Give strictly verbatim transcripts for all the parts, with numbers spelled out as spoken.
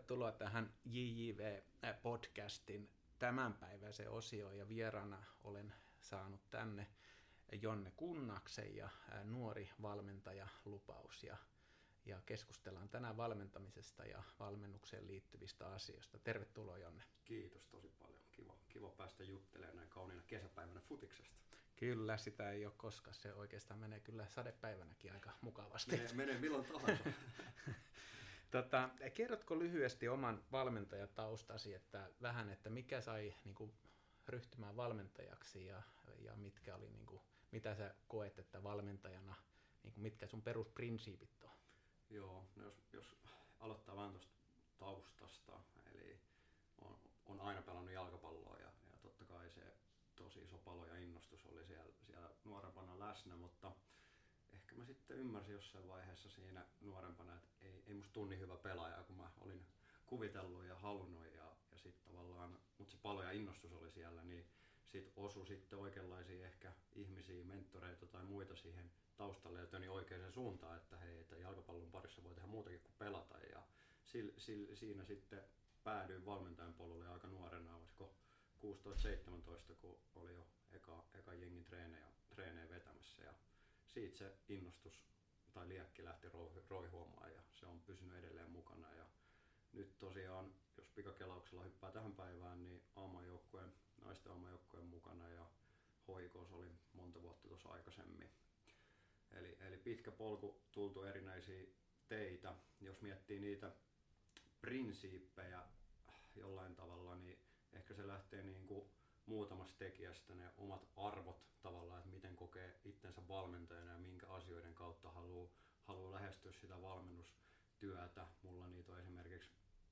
tervetuloa tähän J J V-podcastin tämänpäiväiseen osioon ja vieraana olen saanut tänne Jonne Kunnaksen ja nuori valmentaja Lupaus ja, ja keskustellaan tänään valmentamisesta ja valmennukseen liittyvistä asioista. Tervetuloa Jonne. Kiitos tosi paljon. Kiva, kiva päästä juttelemaan näin kauniina kesäpäivänä futiksesta. Kyllä, sitä ei ole koskaan. Se oikeastaan menee kyllä sadepäivänäkin aika mukavasti. Menee, menee milloin tahansa. Tota, kerrotko lyhyesti oman valmentajataustasi, että vähän, että mikä sai niin kuin, ryhtymään valmentajaksi ja, ja mitkä oli, niin kuin, mitä sä koet, että valmentajana, niin kuin, mitkä sun perusprinsiipit on? Joo, no jos, jos aloittaa vähän tuosta taustasta, eli on, on aina pelannut jalkapalloa ja, ja totta kai se tosi iso palo ja innostus oli siellä, siellä nuorempana läsnä, mutta ehkä mä sitten ymmärsin jossain vaiheessa siinä nuorempana, että ei, ei musta tunni hyvä pelaaja, kun mä olin kuvitellut ja halunnut ja, ja sitten tavallaan, mutta se palo ja innostus oli siellä, niin sit osui sitten oikeanlaisia ehkä ihmisiä, mentoreita tai muita siihen taustalle ja töni oikeaan suuntaan, että hei, että jalkapallon parissa voi tehdä muutakin kuin pelata ja sil, sil, siinä sitten päädyin valmentajan polulle aika nuorena, olisiko kuusitoista seitsemäntoista, kun oli jo eka, eka jengin treenejä, treenejä vetämässä ja siitä se innostus tai liekki lähti roihuamaan ja se on pysynyt edelleen mukana. Ja nyt tosiaan, jos pikakelauksella hyppää tähän päivään, niin aamajoukkueen, naisten aamajoukkueen mukana ja H I K:ssa oli monta vuotta tuossa aikaisemmin. Eli, eli pitkä polku tultu erinäisiä teitä. Jos miettii niitä prinsiippejä jollain tavalla, niin ehkä se lähtee niin kuin muutamasta tekijästä ne omat arvot tavallaan, että miten kokee itsensä valmentajana ja minkä asioiden kautta haluaa, haluaa lähestyä sitä valmennustyötä. Mulla niitä on esimerkiksi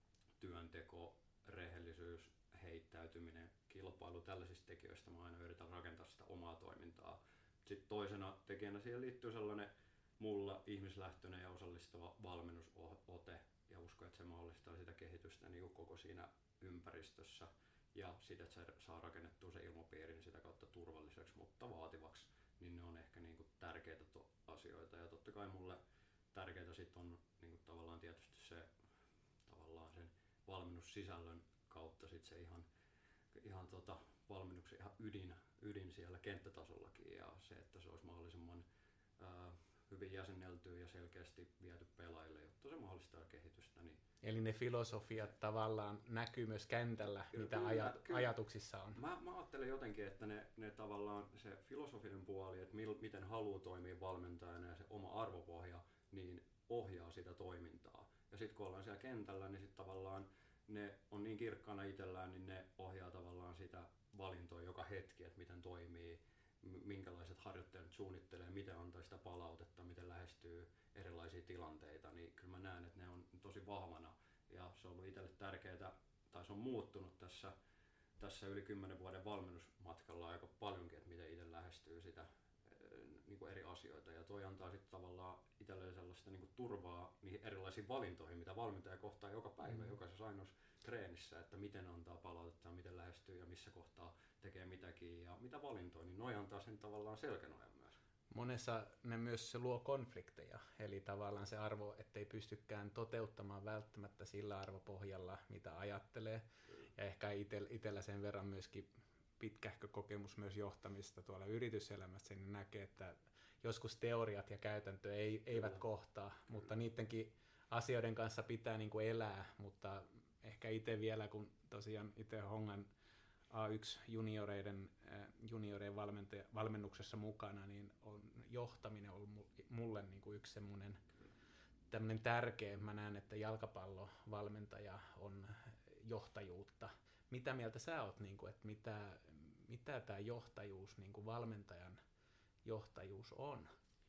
työnteko, rehellisyys, heittäytyminen, kilpailu, tällaisista tekijöistä mä aina yritän rakentaa sitä omaa toimintaa. Sitten toisena tekijänä siihen liittyy sellainen mulla ihmislähtöinen ja osallistava valmennusote ja uskon, että se mahdollistaa sitä kehitystä niin kuin koko siinä ympäristössä. Ja sitä, että se saa rakennettua se ilmapiirin sitä kautta turvalliseksi, mutta vaativaksi, niin ne on ehkä niin kuin tärkeitä to- asioita. Ja totta kai mulle tärkeää sit on niin kuin tavallaan tietysti se tavallaan sen valmennussisällön kautta sit se ihan, ihan tota valmennuksen ihan ydin, ydin siellä kenttätasollakin ja se, että se olisi mahdollisimman ää, hyvin jäsenneltyä ja selkeästi viety pelaajille, jotta se mahdollistaa kehitystä. Niin eli ne filosofiat tavallaan näkyy myös kentällä, kyllä, mitä kyllä, ajat, kyllä. ajatuksissa on. Mä, mä ajattelen jotenkin, että ne, ne tavallaan se filosofinen puoli, että mil, miten haluaa toimia valmentajana ja se oma arvopohja, niin ohjaa sitä toimintaa. Ja sitten kun ollaan siellä kentällä, niin sitten tavallaan ne on niin kirkkaana itsellään, niin ne ohjaa tavallaan sitä valintoa joka hetki, että miten toimii, minkälaiset harjoittelut suunnittelee, miten antaa sitä palautetta, miten lähestyy erilaisia tilanteita, niin kyllä mä näen, että ne on tosi vahvana ja se on ollut itselle tärkeää, tai se on muuttunut tässä, tässä yli kymmenen vuoden valmennusmatkalla aika paljonkin, että miten itse lähestyy sitä niin kuin eri asioita ja toi antaa sitten tavallaan itselleen sellaista niin kuin turvaa niihin erilaisiin valintoihin, mitä valmentaja kohtaa joka päivä, mm. jokaisessa ainoassa treenissä, että miten antaa palautetta, miten lähestyy ja missä kohtaa tekee mitäkin ja mitä valintoja, niin noi antaa sen tavallaan selkänojan myös. Monessa ne myös se luo konflikteja, eli tavallaan se arvo, ettei pystykään toteuttamaan välttämättä sillä arvopohjalla, mitä ajattelee, Kyllä. ja ehkä itsellä sen verran myöskin pitkähkö kokemus myös johtamista tuolla yrityselämässä, niin näkee, että joskus teoriat ja käytäntö ei, eivät kohtaa, Kyllä. mutta niidenkin asioiden kanssa pitää niin kuin elää, mutta ehkä itse vielä, kun tosiaan itse hongan A yksi junioreiden, junioreiden valmennuksessa mukana, niin on johtaminen on mulle niin kuin yksi semmoinen tämmöinen tärkeä. Mä näen, että jalkapallovalmentaja on johtajuutta. Mitä mieltä sä oot, niin kuin, että mitä, mitä tämä johtajuus, niin kuin valmentajan johtajuus on?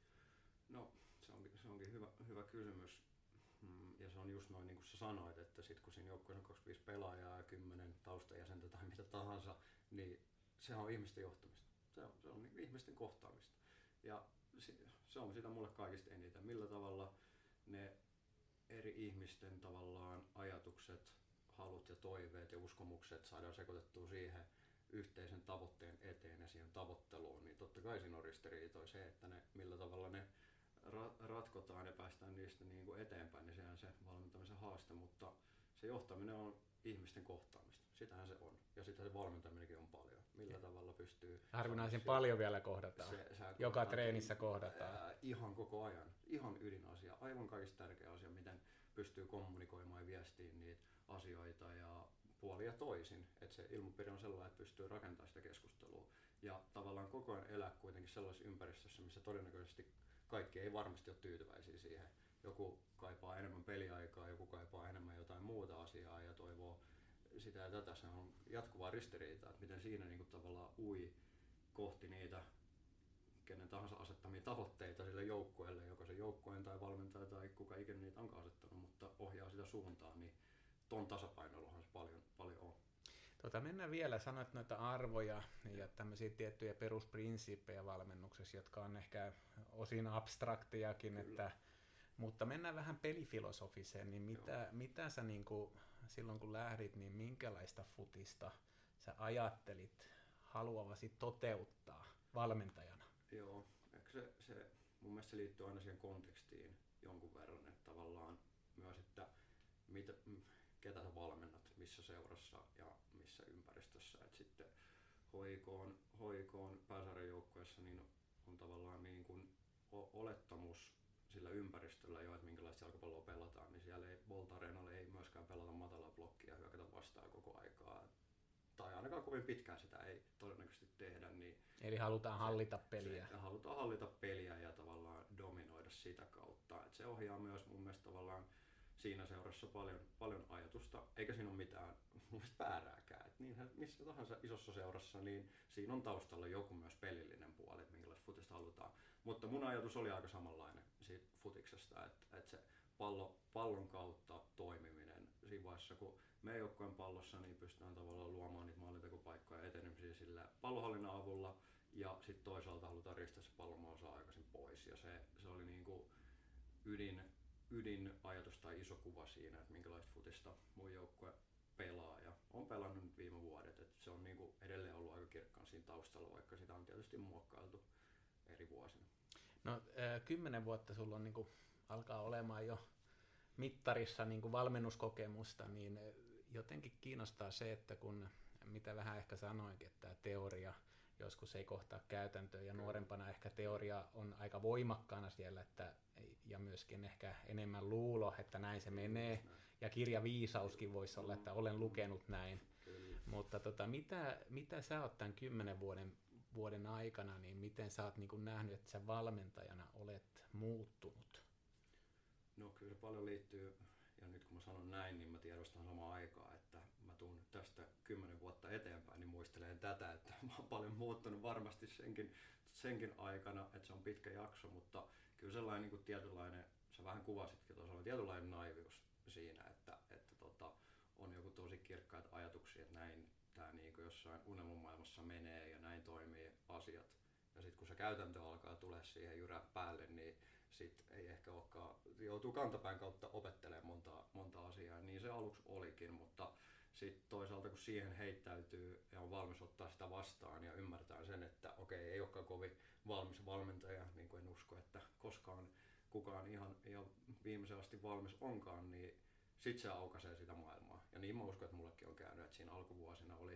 No, se onkin, se onkin hyvä, hyvä kysymys. Ja se on just noin niin kuin sä sanoit, että sit kun siinä joukkueessa on kaksikymmentäviisi pelaajaa ja kymmenen taustajäsentä tai mitä tahansa, niin se on ihmisten johtamista. Se on, se on niin ihmisten kohtaamista. Ja se on sitä mulle kaikista eniten. Millä tavalla ne eri ihmisten tavallaan ajatukset, halut ja toiveet ja uskomukset saadaan sekoitettua siihen yhteisen tavoitteen eteen ja siihen tavoitteluun, niin totta kai siinä on ristiriitoi se, että ne, millä tavalla ne ra- ratkotaan ja päästään niistä niin kuin eteenpäin, niin sehän se valmentamisen haaste, mutta se johtaminen on ihmisten kohtaamista. Sitähän se on. Ja sitä se valmentaminenkin on paljon. Millä ja. tavalla pystyy... Harvinaisen paljon vielä kohdataan. Se, Joka treenissä kohdataan. Ää, ihan koko ajan. Ihan ydinasia. Aivan kaikista tärkeä asia, miten pystyy kommunikoimaan ja viestiin niitä asioita ja puoli ja toisin. Että se ilmapiiri on sellainen, että pystyy rakentamaan sitä keskustelua. Ja tavallaan koko ajan elää kuitenkin sellaisessa ympäristössä, missä todennäköisesti kaikki ei varmasti ole tyytyväisiä siihen. Joku kaipaa enemmän peliaikaa, joku kaipaa enemmän jotain muuta asiaa ja toivoo sitä ja tätä. Se on jatkuvaa ristiriitaa, että miten siinä niin kuin tavallaan ui kohti niitä kenen tahansa asettamia tavoitteita sille joukkueelle, joko se joukkueen tai valmentaja tai kuka ikinä niitä onkaan asettanut, mutta ohjaa sitä suuntaan, niin ton tasapainoiluhan se paljon, paljon on. Tota, mennään vielä, sanoit noita arvoja ja tämmöisiä tiettyjä perusprinsiippejä valmennuksessa, jotka on ehkä osin abstraktejakin, että, mutta mennään vähän pelifilosofiseen, niin mitä, mitä sä niin kuin, silloin kun lähdit, niin minkälaista futista sä ajattelit haluavasi toteuttaa valmentajana? Joo, se, se, mun mielestä se liittyy aina siihen kontekstiin jonkun verran, että tavallaan myös, että mitä, ketä sä valmennat, missä seurassa ja missä ympäristössä. Et sitten hoikoon, hoikoon pääsarjajoukkueessa niin on tavallaan niin kuin olettamus sillä ympäristöllä jo, että minkälaista jalkapalloa pelataan, niin siellä ei Bolt-areenalla ei myöskään pelata matalaa blokkia ja hyökätä vastaan koko aikaa. Tai ainakaan kovin pitkään sitä ei todennäköisesti tehdä. Niin eli halutaan hallita peliä. Se, halutaan hallita peliä ja tavallaan dominoida sitä kautta. Et se ohjaa myös mun mielestä tavallaan siinä seurassa paljon, paljon ajatusta, eikä siinä ole mitään mun väärääkään. Et niinhän missä tahansa isossa seurassa, niin siinä on taustalla joku myös pelillinen puoli, että minkälaista futista halutaan. Mutta mun ajatus oli aika samanlainen siitä futiksesta, että et se pallo, pallon kautta toimiminen. Siinä vaiheessa, kun meidän joukkueen pallossa, niin pystytään tavallaan luomaan niitä maalintekopaikkoja etenemisiä sillä pallonhallinnan avulla, ja sitten toisaalta halutaan ristää se pallon mahdollisimman aikaisin pois. Ja se, se oli niinku ydin, ydinajatus tai iso kuva siinä, että minkälaista futista mun joukkue pelaa ja on pelannut nyt viime vuodet. Et se on niinku edelleen ollut aika kirkkaan siinä taustalla, vaikka sitä on tietysti muokkailtu eri vuosina. No äh, kymmenen vuotta sulla on niinku, alkaa olemaan jo mittarissa niinku valmennuskokemusta, niin jotenkin kiinnostaa se, että kun mitä vähän ehkä sanoinkin, että tämä teoria joskus ei kohtaa käytäntöä ja nuorempana ehkä teoria on aika voimakkaana siellä, että, ja myöskin ehkä enemmän luulo, että näin se menee, ja kirjaviisauskin voisi olla, että olen lukenut näin. Mutta tota, mitä, mitä sä oot tämän kymmenen vuoden, vuoden aikana, niin miten sä oot niin kuin nähnyt, että sä valmentajana olet muuttunut? No kyllä paljon liittyy, ja nyt kun mä sanon näin, niin mä tiedostan samaan aikaan, että mä tuun tästä kymmenen vuotta eteenpäin, niin muistelen tätä, että mä oon paljon muuttunut varmasti senkin, senkin aikana, että se on pitkä jakso, mutta kyllä sellainen niin kuin tietynlainen, sä vähän kuvasitkin tuossa, on tietynlainen naivius siinä, että, että tota, on joku tosi kirkkaita ajatuksia, että näin tää niin kuin jossain unelmamaailmassa menee ja näin toimii asiat. Ja sitten kun se käytäntö alkaa tulla siihen jyrää päälle, niin sit ei ehkä olekaan, joutuu kantapään kautta opettelemaan monta, monta asiaa, niin se aluksi olikin, mutta sitten toisaalta kun siihen heittäytyy ja on valmis ottaa sitä vastaan ja ymmärtää sen, että okei, ei olekaan kovin valmis valmentaja, niin kuin en usko, että koskaan kukaan ihan, ihan viimeisen asti valmis onkaan, niin sitten se aukaisee sitä maailmaa. Ja niin mä uskon, että mullekin on käynyt, että siinä alkuvuosina oli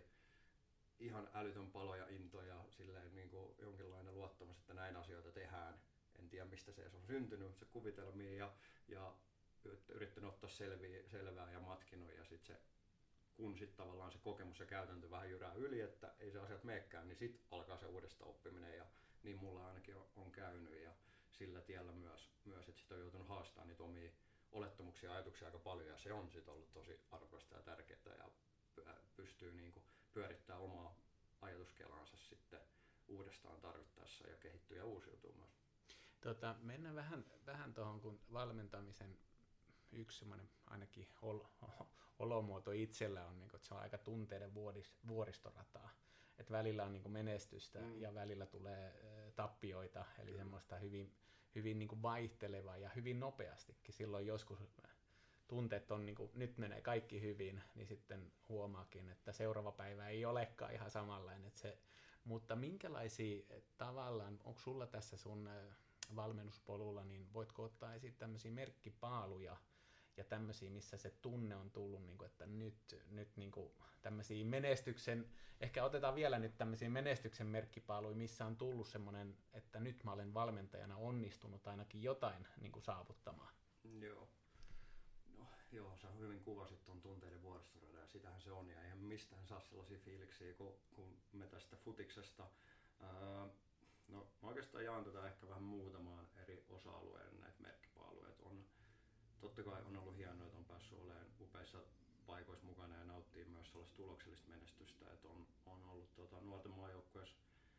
ihan älytön palo ja into ja silleen niin kuin jonkinlainen luottamus, että näin asioita tehdään. En tiedä mistä se on syntynyt, se kuvitelmia ja, ja yrittänyt ottaa selviä, selvää ja matkinut ja sitten se, kun sitten tavallaan se kokemus ja käytäntö vähän jyrää yli, että ei se asiat meekään, niin sitten alkaa se uudesta oppiminen ja niin mulla ainakin on, on käynyt ja sillä tiellä myös, myös että sitten on joutunut haastamaan niitä omia olettamuksia ja ajatuksia aika paljon ja se on sitten ollut tosi arvokasta ja tärkeää ja pystyy niinku pyörittämään omaa ajatuskelaansa sitten uudestaan tarvittaessa ja kehittyy ja uusiutuu myös. Tota, mennään vähän, vähän tuohon, kun valmentamisen yksi semmoinen ainakin ol, olomuoto itsellä on, niin kun, että se on aika tunteiden vuodis, vuoristorataa. Et välillä on niin kun menestystä mm. ja välillä tulee ä, tappioita, eli Kyllä. semmoista hyvin, hyvin niin kun vaihtelevaa ja hyvin nopeastikin. Silloin joskus tunteet on, niin kun, nyt menee kaikki hyvin, niin sitten huomaakin, että seuraava päivä ei olekaan ihan samanlainen. Että se, mutta minkälaisia tavallaan, onko sulla tässä sun valmennuspolulla, niin voitko ottaa esiin tämmöisiä merkkipaaluja, ja tämmöisiä, missä se tunne on tullut, niin kuin, että nyt, nyt niin kuin, tämmöisiä menestyksen, ehkä otetaan vielä nyt tämmöisiä menestyksen merkkipaaluja, missä on tullut semmoinen, että nyt mä olen valmentajana onnistunut ainakin jotain niin kuin saavuttamaan. Joo. No, joo, sä hyvin kuvasit tuon tunteiden vuoristoradan ja sitähän se on ja eihän mistään saa sellaisia fiiliksiä kuin, kuin me tästä futiksesta. Ää, no mä oikeastaan jaan tätä ehkä vähän muutamaan eri osa-alueelle näitä merkkipaaluja. On, totta kai on ollut hienoa, että on päässyt olemaan upeissa paikoissa mukana ja nauttii myös sellaista tuloksellista menestystä, että on, on ollut tota, nuorten maajoukkueessa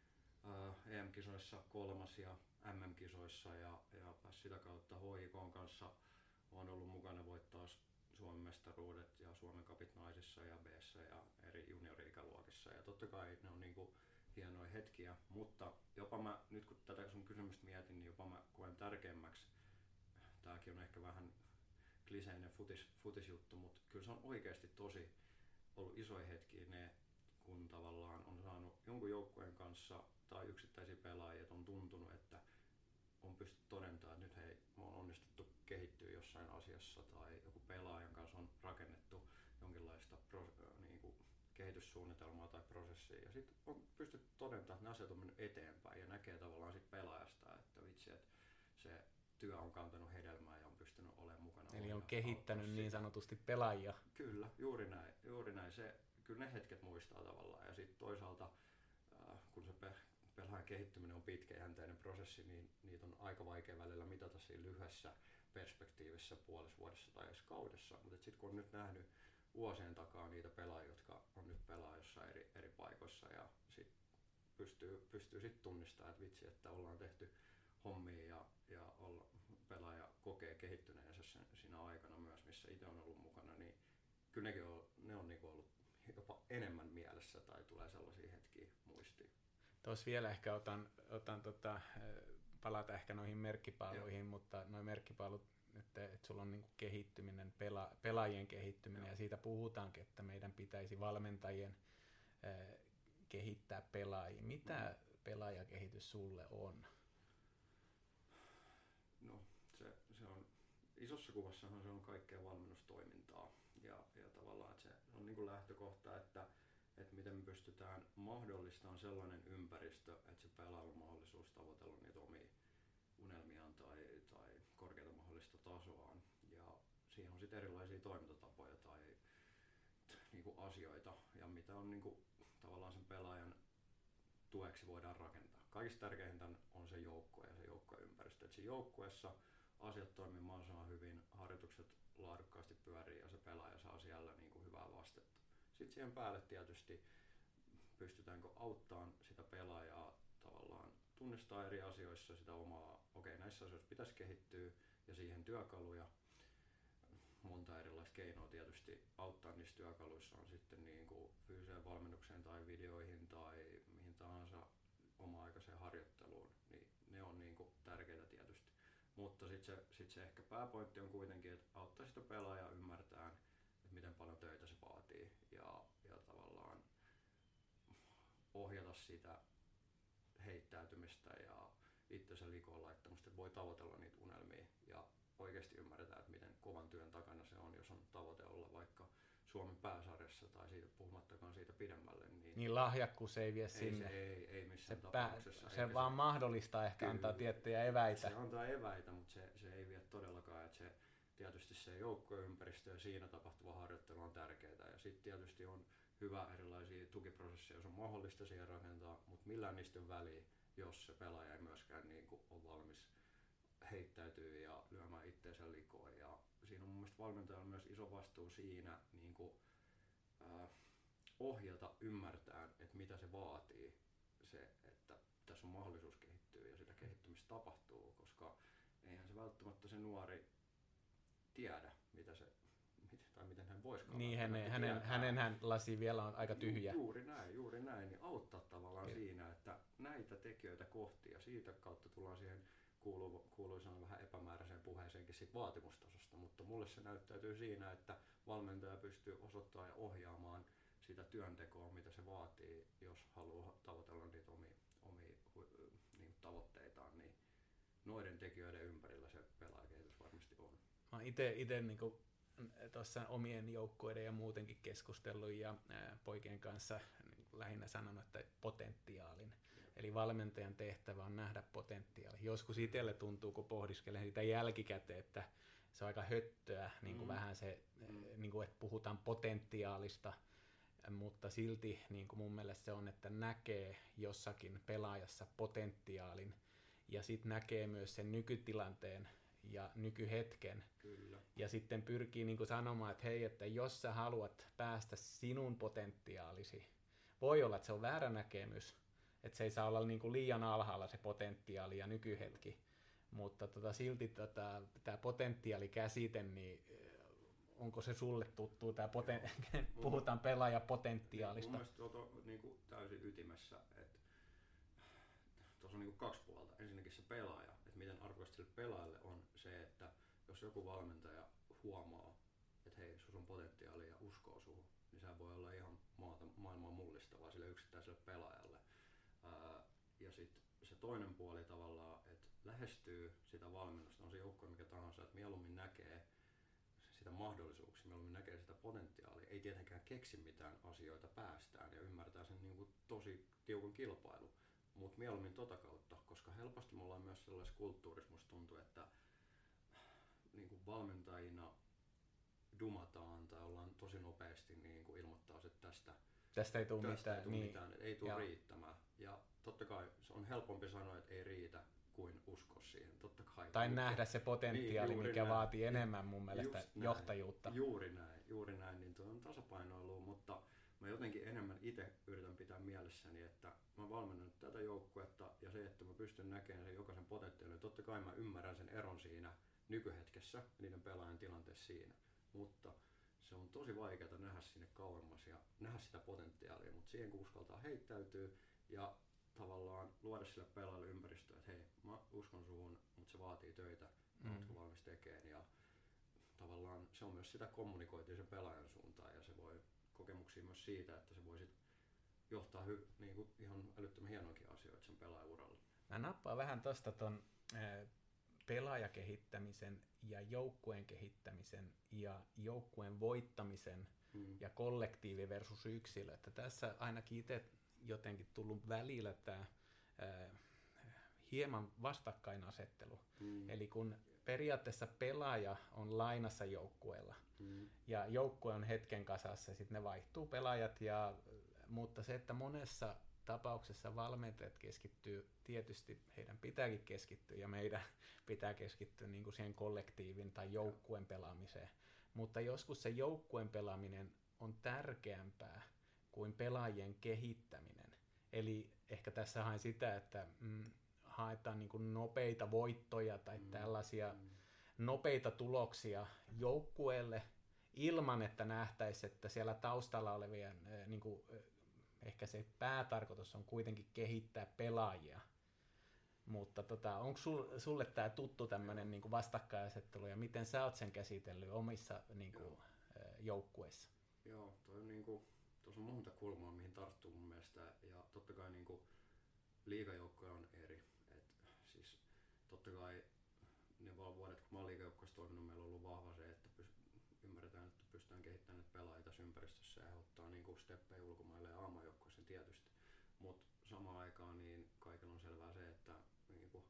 E M-kisoissa kolmas ja M M-kisoissa ja, ja päässyt sitä kautta H I K:n kanssa on ollut mukana voittaa Suomen mestaruudet ja Suomen kapit naisissa ja B:ssä ja eri juniori-ikäluokissa ja totta kai ne on niinku hienoja hetkiä, mutta jopa mä, nyt kun tätä sun kysymystä mietin, niin jopa mä koen tärkeämmäksi, tääkin on ehkä vähän kliseinen futis, futisjuttu, mutta kyllä se on oikeasti tosi ollut isoja hetkiä ne, kun tavallaan on saanut jonkun joukkueen kanssa tai yksittäisiä pelaajia, että on tuntunut, että on pystytty todentamaan, että nyt hei, me on onnistuttu kehittyä jossain asiassa tai joku pelaajan kanssa on rakennettu jonkinlaista pro, niin kuin kehityssuunnitelmaa tai prosessia ja sitten on pystytty todentamaan, että ne asiat on mennyt eteenpäin ja näkee tavallaan sit pelaajasta, että vitsi, että se työ on kantanut hedelmää ja on pystynyt olemaan mukana. Eli on kehittänyt niin sanotusti pelaajia. Kyllä, juuri näin. Juuri näin. Se, kyllä ne hetket muistaa tavallaan ja sitten toisaalta äh, kun se pe- pelaajan kehittyminen on pitkäjänteinen prosessi, niin niitä on aika vaikea välillä mitata siinä lyhyessä perspektiivissä puolessa vuodessa tai edes kaudessa. Mutta sitten kun on nyt nähnyt vuosien takaa niitä pelaajia, jotka on nyt pelaa jossain eri, eri paikoissa ja sit pystyy, pystyy sitten tunnistamaan, että vitsi, että ollaan tehty hommia ja, ja olla, pelaaja kokee kehittyneensä sen, siinä aikana myös, missä itse on ollut mukana, niin kyllä nekin on, ne on niinku ollut jopa enemmän mielessä tai tulee sellaisia hetkiä muistiin. Tuossa vielä ehkä otan, otan tota, palata ehkä noihin merkkipaaluihin, Joo. mutta noin merkkipaalut, että, että sulla on niinku kehittyminen, pela, pelaajien kehittyminen Joo. ja siitä puhutaankin, että meidän pitäisi valmentajien äh, kehittää pelaajia. Mitä mm. pelaajakehitys sulle on? No se, se on, isossa kuvassahan se on kaikkea valmennustoimintaa ja, ja tavallaan että se on niin kuin lähtökohta, että, että miten me pystytään mahdollistamaan sellainen ympäristö, että se pelaajalla on mahdollisuus tavoitella niitä omia unelmiaan tai, tai korkeata mahdollista tasoaan ja siihen on sitten erilaisia toimintatapoja tai niin kuin asioita ja mitä on niin kuin, tavallaan sen pelaajan tueksi voidaan rakentaa. Kaikista tärkeintä on se joukkue ja se joukkueympäristö. Että siinä joukkueessa asiat toimii mahdollisimman hyvin, harjoitukset laadukkaasti pyörii ja se pelaaja saa siellä niin kuin hyvää vastetta. Sitten siihen päälle tietysti pystytäänkö auttamaan sitä pelaajaa tavallaan tunnistaa eri asioissa sitä omaa, okei okay, näissä asioissa pitäisi kehittyä ja siihen työkaluja. Monta erilaista keinoa tietysti auttaa niissä työkaluissa on sitten niin kuin fyysiseen valmennukseen tai videoihin tai mihin tahansa oma-aikaiseen harjoitteluun, niin ne on niin kuin tärkeitä tietysti. Mutta sitten se, sit se ehkä pääpointti on kuitenkin, että auttaa sitä pelaajaa ymmärtämään, että miten paljon töitä se vaatii ja, ja tavallaan ohjata sitä heittäytymistä ja itsensä likoon laittamista, että voi tavoitella niitä unelmia ja oikeasti ymmärretään, että miten kovan työn takana se on, jos on tavoite olla vaikka Suomen pääsarjassa tai siitä puhumattakaan siitä pidemmälle. Niin, niin lahjakkuus ei vie ei, sinne. Se, ei, ei missään se tapauksessa. Pää, se vaan se, mahdollistaa ehkä kyllä, antaa tiettyjä eväitä. Se antaa eväitä, mutta se, se ei vie todellakaan. Että se, tietysti se joukkueympäristö ja siinä tapahtuva harjoittelu on tärkeää. Ja sitten tietysti on hyvä erilaisia tukiprosesseja, jos on mahdollista siihen rakentaa, mutta millään niistä on väliä, jos se pelaaja ei myöskään niin kuin ole valmis heittäytyy ja lyömään itteensä likoon. Ja siinä on mun mielestä valmentajalla myös iso vastuu siinä niin kuin, äh, ohjata ymmärtämään, että mitä se vaatii, se, että tässä on mahdollisuus kehittyä ja sitä kehittymistä tapahtuu, koska eihän se välttämättä se nuori tiedä, mitä se, mit, tai miten hän voisi kannattaa. Niin, hänen, hänen, hänen hän lasi vielä on aika tyhjä. Juuri näin, juuri näin, niin auttaa tavallaan Kyllä. siinä, että näitä tekijöitä kohti ja siitä kautta tullaan siihen kuuluisaan vähän epämääräiseen puheeseenkin siitä vaatimustasosta, mutta mulle se näyttäytyy siinä, että valmentaja pystyy osoittamaan ja ohjaamaan sitä työntekoa, mitä se vaatii, jos haluaa tavoitella niitä omia, omia niin tavoitteitaan, niin noiden tekijöiden ympärillä se pelaajakehitys varmasti on. Mä oon ite, ite niin tuossa omien joukkueiden ja muutenkin keskustellut ja ää, poikien kanssa niin lähinnä sanonut, että potentiaalin. Eli valmentajan tehtävä on nähdä potentiaali. Joskus itselle tuntuu, kun pohdiskelen sitä jälkikäteen, että se on aika höttöä, niin kuin mm. vähän se, mm. niin kuin, että puhutaan potentiaalista, mutta silti niin kuin mun mielestä se on, että näkee jossakin pelaajassa potentiaalin ja sitten näkee myös sen nykytilanteen ja nykyhetken. Kyllä. Ja sitten pyrkii niin kuin sanomaan, että hei, että jos sä haluat päästä sinun potentiaalisi, voi olla, että se on väärä näkemys, että se ei saa olla niin kuin liian alhaalla se potentiaali ja nykyhetki, mutta tota, silti tota, tämä potentiaalikäsite, niin onko se sulle tuttu, tämä poten... puhutaan pelaajapotentiaalista? Mun mielestä tuota, niin kuin täysin ytimessä, että tuossa on niin kuin kaksi puolta. Ensinnäkin se pelaaja, että miten arvokasta sille pelaajalle on se, että jos joku valmentaja huomaa, että hei, sun on potentiaali ja uskoo suhun, niin sehän voi olla ihan maata, maailmaa mullistavaa sille yksittäiselle pelaajalle. Ää, ja sitten se toinen puoli tavallaan, että lähestyy sitä valmennusta, on se joukkue mikä tahansa, että mieluummin näkee sitä mahdollisuuksia, mieluummin näkee sitä potentiaalia, ei tietenkään keksi mitään asioita päästään ja ymmärtää sen niin kuin tosi tiukan kilpailu, mutta mieluummin tota kautta, koska helposti me ollaan myös sellaisessa kulttuurissa, musta tuntuu, että niin kuin valmentajina dumataan tai ollaan tosi nopeasti niin kuin ilmoittaa, että tästä, tästä ei tule tästä mitään, ei tule niin. mitään, että ei tule riittämään. Ja totta kai se on helpompi sanoa, että ei riitä, kuin uskoa siihen. Totta kai. Tai mutta, nähdä se potentiaali, niin, mikä näin. Vaatii enemmän mun mielestä Just johtajuutta. Näin. Juuri näin, juuri näin, niin tuo on tasapainoilua, mutta mä jotenkin enemmän itse yritän pitää mielessäni, että mä valmennan tätä joukkuetta ja se, että mä pystyn näkemään sen jokaisen potentiaalin. Totta kai mä ymmärrän sen eron siinä nykyhetkessä, niiden pelaajan tilanteessa siinä, mutta se on tosi vaikeaa nähdä sinne kauemmas ja nähdä sitä potentiaalia, mutta siihen kun uskaltaa heittäytyy ja tavallaan luoda sille pelaajalle ympäristöä, että hei, mä uskon suhun, mutta se vaatii töitä, mm. ootko valmis tekemään. Ja tavallaan se on myös sitä kommunikoitia sen pelaajan suuntaan ja se voi kokemuksia myös siitä, että se voi sit johtaa hy, niin kuin ihan älyttömän hienoinkin asioita sen pelaajan uralla. Mä nappaan vähän tosta ton äh, pelaajakehittämisen ja joukkueen kehittämisen ja joukkueen voittamisen mm. ja kollektiivi versus yksilö. Että tässä ainakin itse jotenkin tullut välillä tämä äh, hieman vastakkainasettelu. Mm. Eli kun periaatteessa pelaaja on lainassa joukkueella mm. ja joukkue on hetken kasassa ja sitten ne vaihtuu pelaajat, ja, mutta se, että monessa tapauksessa valmentajat keskittyy, tietysti heidän pitääkin keskittyä ja meidän pitää keskittyä niin kuin siihen kollektiivin tai joukkueen pelaamiseen, mutta joskus se joukkueen pelaaminen on tärkeämpää kuin pelaajien kehittäminen. Eli ehkä tässä haen sitä, että mm, haetaan niin kuin nopeita voittoja tai mm. tällaisia mm. nopeita tuloksia joukkueelle ilman, että nähtäisiin, että siellä taustalla olevien niin kuin, ehkä se päätarkoitus on kuitenkin kehittää pelaajia. Mutta tota, onko sul, sulle tämä tuttu tämmöinen niin kuin vastakkainasettelu ja miten sä oot sen käsitellyt omissa niin kuin, joukkueissa? Joo, toi on niinku tuossa on monta kulmaa, mihin tarttuu mun mielestä, ja totta kai niin liigajoukkoja on eri. Et, siis, totta kai ne vuodet, kun mä oon liigajoukkoissa toiminut, meillä on ollut vahva se, että pys- ymmärretään, että pystytään kehittämään näitä pelaajia tässä ympäristössä ja he ottaa niin steppejä ulkomaille ja aamajoukkoissa tietysti. Mutta samaan aikaan niin kaikilla on selvää se, että niin kuin,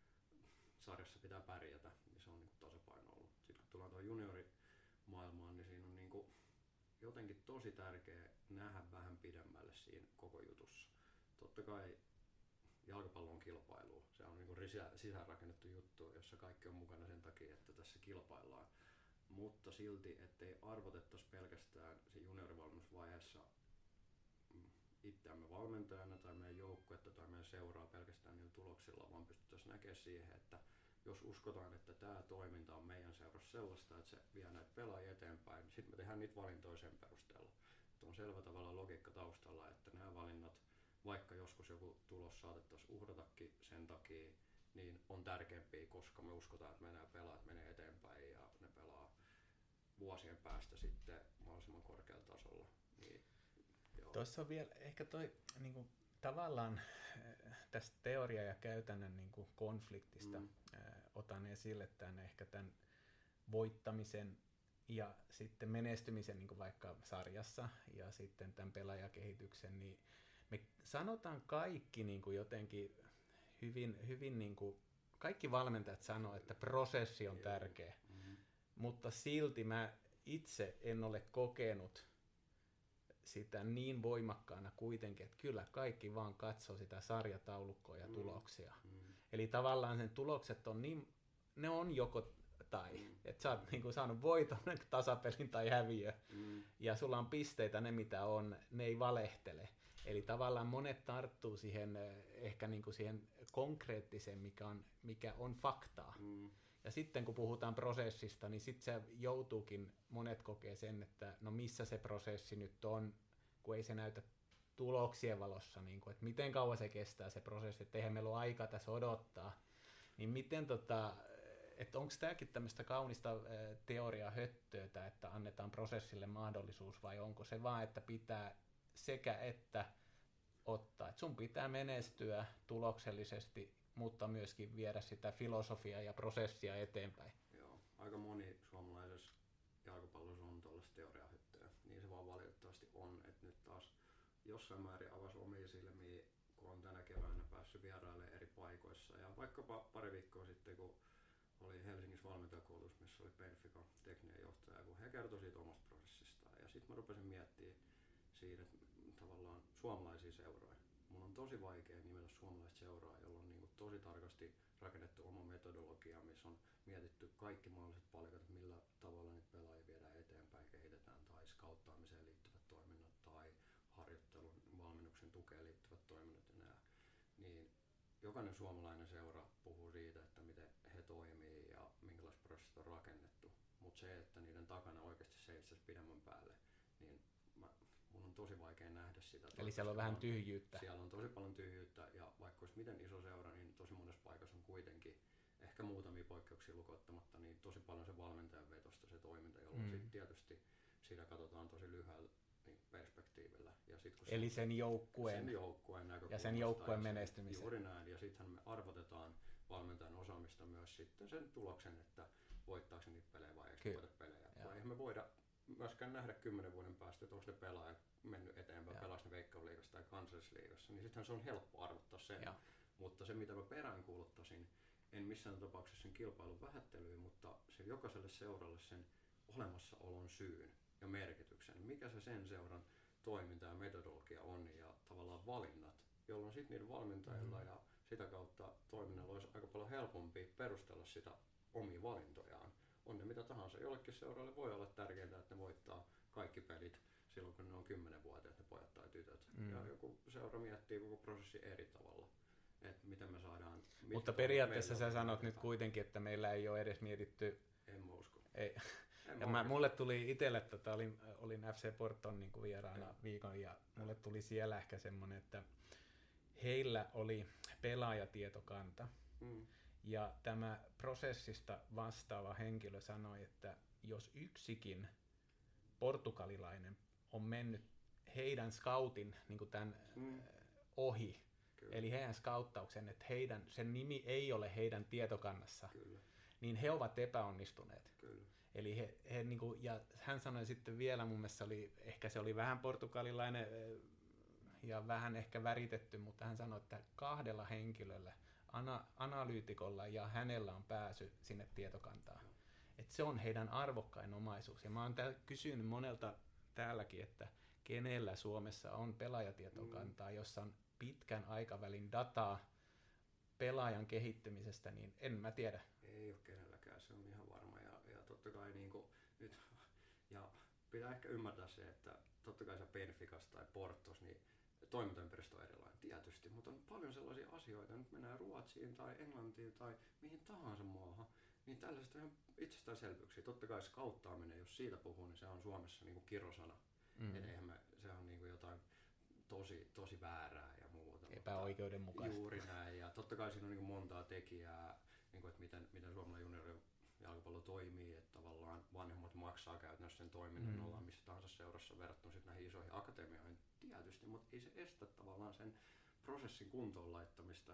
sarjassa pitää pärjätä, niin se on niin kuin tasapaino ollut. Sitten kun tullaan tuohon juniorimaailmaan, niin siinä on niin kuin jotenkin tosi tärkeä nähdä vähän pidemmälle siinä koko jutussa. Totta kai jalkapallo on kilpailu. Se on niinku sisäänrakennettu juttu, jossa kaikki on mukana sen takia, että tässä kilpaillaan. Mutta silti, ettei arvotettaisi pelkästään se juniorivalmennusvaiheessa itseämme valmentajana tai meidän joukkuetta tai meidän seuraa pelkästään niillä tuloksilla, vaan pystyttäisiin näkemään siihen, että jos uskotaan, että tämä toiminta on meidän seurassa sellaista, että se vie näitä pelaajia eteenpäin, niin sitten me tehdään niitä valintoja sen perusteella. Että on selvä tavalla logiikka taustalla, että nämä valinnat, vaikka joskus joku tulos saatettaisiin uhratakin sen takia, niin on tärkeämpiä, koska me uskotaan, että me nämä pelaajat menee eteenpäin ja ne pelaa vuosien päästä sitten mahdollisimman korkealla tasolla. Niin, tuossa on vielä ehkä toi niin kuin, tavallaan tästä teoria- ja käytännön niin kuin konfliktista mm. ää, otan esille tämän ehkä tämän voittamisen ja sitten menestymisen niin kuin vaikka sarjassa ja sitten tämän pelaajakehityksen, niin me sanotaan kaikki niin kuin jotenkin hyvin, hyvin niin kuin, kaikki valmentajat sanoo, että prosessi on tärkeä, mm-hmm. mutta silti mä itse en ole kokenut sitä niin voimakkaana kuitenkin, että kyllä kaikki vaan katsoo sitä sarjataulukkoa ja mm. tuloksia. Mm. Eli tavallaan sen tulokset on niin, ne on joko tai, mm. että sä oot niinku saanut voiton, tasapelin tai häviö, mm. ja sulla on pisteitä, ne mitä on, ne ei valehtele. Eli tavallaan monet tarttuu siihen ehkä niinku siihen konkreettiseen, mikä on, mikä on faktaa. Mm. Ja sitten kun puhutaan prosessista, niin sitten se joutuukin, monet kokee sen, että no missä se prosessi nyt on, kun ei se näytä tuloksien valossa, niin kuin, että miten kauan se kestää se prosessi, että eihän meillä ole aikaa tässä odottaa. Niin miten tota, että onko tämäkin tämmöistä kaunista teoriaa höttöötä, että annetaan prosessille mahdollisuus, vai onko se vaan, että pitää sekä että ottaa, että sun pitää menestyä tuloksellisesti, mutta myöskin viedä sitä filosofiaa ja prosessia eteenpäin. Joo, aika moni suomalaisessa jalkapallossa on tuollaista teoriahöttöä. Niin se vaan valitettavasti on, että nyt taas jossain määrin avasi omia silmiä, kun on tänä keväänä päässyt vierailemaan eri paikoissa. Ja vaikkapa pari viikkoa sitten, kun oli Helsingissä valmentajakoulutus, missä oli Benfica tekninen johtaja, kun he kertoi siitä omasta prosessistaan. Ja sitten mä rupesin miettimään siitä, että tavallaan suomalaisia seuroja. Mun on tosi vaikea nimetä suomalaista seuraa, jolla on niinku tosi tarkasti rakennettu oma metodologia, missä on mietitty kaikki mahdolliset palikat, että millä tavalla niitä pelaajia viedään eteenpäin, kehitetään, tai skauttaamiseen liittyvät toiminnot, tai harjoittelun, valmennuksen tukeen liittyvät toiminnot ja nää. Niin jokainen suomalainen seura puhuu siitä, että miten he toimii ja minkälaiset prosessit on rakennettu. Mutta se, että niiden takana oikeasti seistäisi pidemmän päälle, niin mä, mun on tosi vaikea nähdä sitä. Eli siellä on vähän tyhjyyttä. Siellä on tosi paljon tyhjyyttä, ja vaikka olisi miten iso seura, niin tosi monessa paikassa on kuitenkin, ehkä muutamia poikkeuksia lukottamatta, niin tosi paljon se valmentajan vetosta se toiminta, jolloin mm. sitten tietysti sitä katsotaan tosi lyhyellä niin perspektiivillä. Ja sit, kun Eli se, sen joukkueen, sen joukkueen ja sen joukkueen menestymisen. Juuri näin, ja sittenhän me arvotetaan valmentajan osaamista myös sitten sen tuloksen, että voittaako se niitä pelejä vai eikö voita pelejä. Vai eihän me voida myöskään nähdä kymmenen vuoden päästä, että onko ne pelaajat mennyt eteenpäin, pelasi ne Veikkausliigassa tai Kansallisliigassa, niin sittenhän se on helppo arvottaa sen. Ja. Mutta se, mitä mä peräänkuuluttaisin, en missään tapauksessa sen kilpailun vähättelyyn, mutta sen jokaiselle seuralle sen olemassaolon syyn ja merkityksen, mikä se sen seuran toiminta ja metodologia on ja tavallaan valinnat, jolloin sitten niiden valmentajilla mm-hmm. ja sitä kautta toiminnalla olisi aika paljon helpompi perustella sitä omia valintojaan. On ne mitä tahansa. Jollekin seuralle voi olla tärkeintä, että ne voittaa kaikki pelit silloin, kun ne on kymmenvuotiaat, ne pojat tai tytöt. Mm. Ja joku seura miettii koko prosessi eri tavalla, että miten me saadaan... Mutta periaatteessa sä sanot nyt kuitenkin, että meillä ei ole edes mietitty... En mä usko. Ei. En ja mä, mulle tuli itselle, tota, olin, olin F C Porton niin kuin vieraana ja. viikon, ja mulle tuli siellä ehkä semmoinen, että heillä oli pelaajatietokanta. Mm. Ja tämä prosessista vastaava henkilö sanoi, että jos yksikin portugalilainen on mennyt heidän scoutin niin kuin tämän mm. ohi, Kyllä. eli heidän scouttauksen, että heidän, sen nimi ei ole heidän tietokannassa, Kyllä. niin he ovat epäonnistuneet. Kyllä. Eli he, he, niin kuin, ja hän sanoi sitten vielä, mun mielestä oli, ehkä se oli vähän portugalilainen ja vähän ehkä väritetty, mutta hän sanoi, että kahdella henkilöllä, ana, analyytikolla ja hänellä on pääsy sinne tietokantaan. Että se on heidän arvokkain omaisuus. Ja mä oon täällä kysynyt monelta täälläkin, että kenellä Suomessa on pelaajatietokantaa, mm. jossa on pitkän aikavälin dataa pelaajan kehittymisestä, niin en mä tiedä. Ei ole kenelläkään, se on ihan varma. Ja, ja totta kai niin kuin nyt, ja pitää ehkä ymmärtää se, että totta kai sä Benficassa tai Portos, niin toimintaympäristö on erilainen tietysti, mutta on paljon sellaisia asioita, nyt mennään Ruotsiin tai Englantiin tai mihin tahansa maahan, niin tällaiset on ihan itsestäänselvyyksiä. Totta kai skauttaaminen, jos siitä puhuu, niin se on Suomessa niin kuin kirosana. Mm. Et eihän me, se on niin kuin jotain tosi, tosi väärää ja muuta. Epäoikeudenmukaista. Juuri näin, ja totta kai siinä on niin kuin montaa tekijää, niin kuin, että miten, miten suomalainen juniori jalkapallo toimii, että tavallaan vanhemmat maksaa käytännössä sen toiminnan, mm. ollaan missä tahansa seurassa verrattuna sitten näihin isoihin akatemioihin tietysti, mutta ei se estä tavallaan sen prosessin kuntoon laittamista, että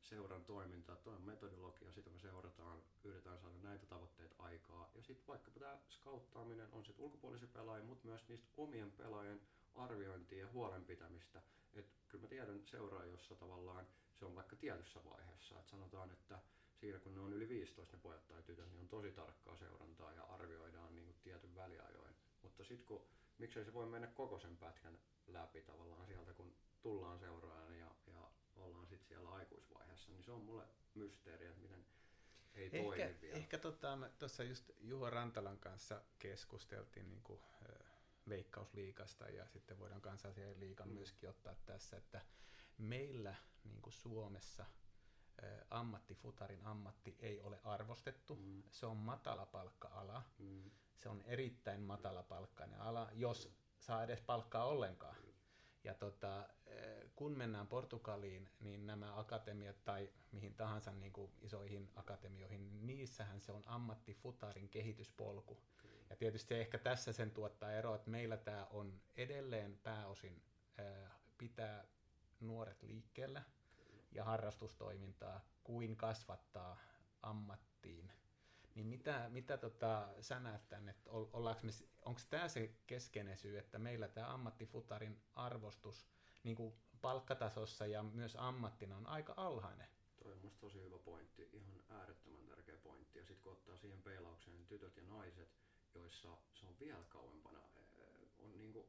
seuran toimintaa, tuo on metodologia, sitä me seurataan, yritetään saada näitä tavoitteita aikaa. Ja sitten vaikkapa tämä skauttaaminen on sitten ulkopuolisia pelaajia, mutta myös niistä omien pelaajien arviointia ja huolenpitämistä. Et kyllä mä tiedän seuraa, jossa tavallaan se on vaikka tietyssä vaiheessa. Et sanotaan, että siinä kun ne on yli viisitoista ne pojat tai tytöt, niin on tosi tarkkaa seurantaa ja arvioidaan niin kuin tietyn väliajoin. Mutta sitten kun, miksei se voi mennä koko sen pätkän läpi tavallaan sieltä, kun tullaan seuraajan ja, ja ollaan sitten siellä aikuisvaiheessa, niin se on mulle mysteeri, että miten ei ehkä, toimi vielä. Ehkä tuossa tota, just Juho Rantalan kanssa keskusteltiin niin kuin, äh, Veikkausliigasta ja sitten voidaan Kansallisen liigan mm. myöskin ottaa tässä, että meillä niin kuin Suomessa äh, ammattifutarin ammatti ei ole arvostettu. Mm. Se on matalapalkka-ala. Mm. Se on erittäin matalapalkkainen ala, jos mm. saa edes palkkaa ollenkaan. Mm. Ja tota, kun mennään Portugaliin, niin nämä akatemiat tai mihin tahansa niin kuin isoihin akatemioihin, niin niissähän se on ammattifutarin kehityspolku. Kyllä. Ja tietysti se ehkä tässä sen tuottaa eroa, että meillä tämä on edelleen pääosin ää, pitää nuoret liikkeellä Kyllä. ja harrastustoimintaa kuin kasvattaa ammattiin. Niin mitä, mitä tota, sä näet tänne, että onko tämä se keskeinen syy, että meillä tämä ammattifutarin arvostus niin kuin palkkatasossa ja myös ammattina on aika alhainen? Toi on musta tosi hyvä pointti, ihan äärettömän tärkeä pointti. Ja sitten kun ottaa siihen peilaukseen niin tytöt ja naiset, joissa se on vielä kauempana, on niinku,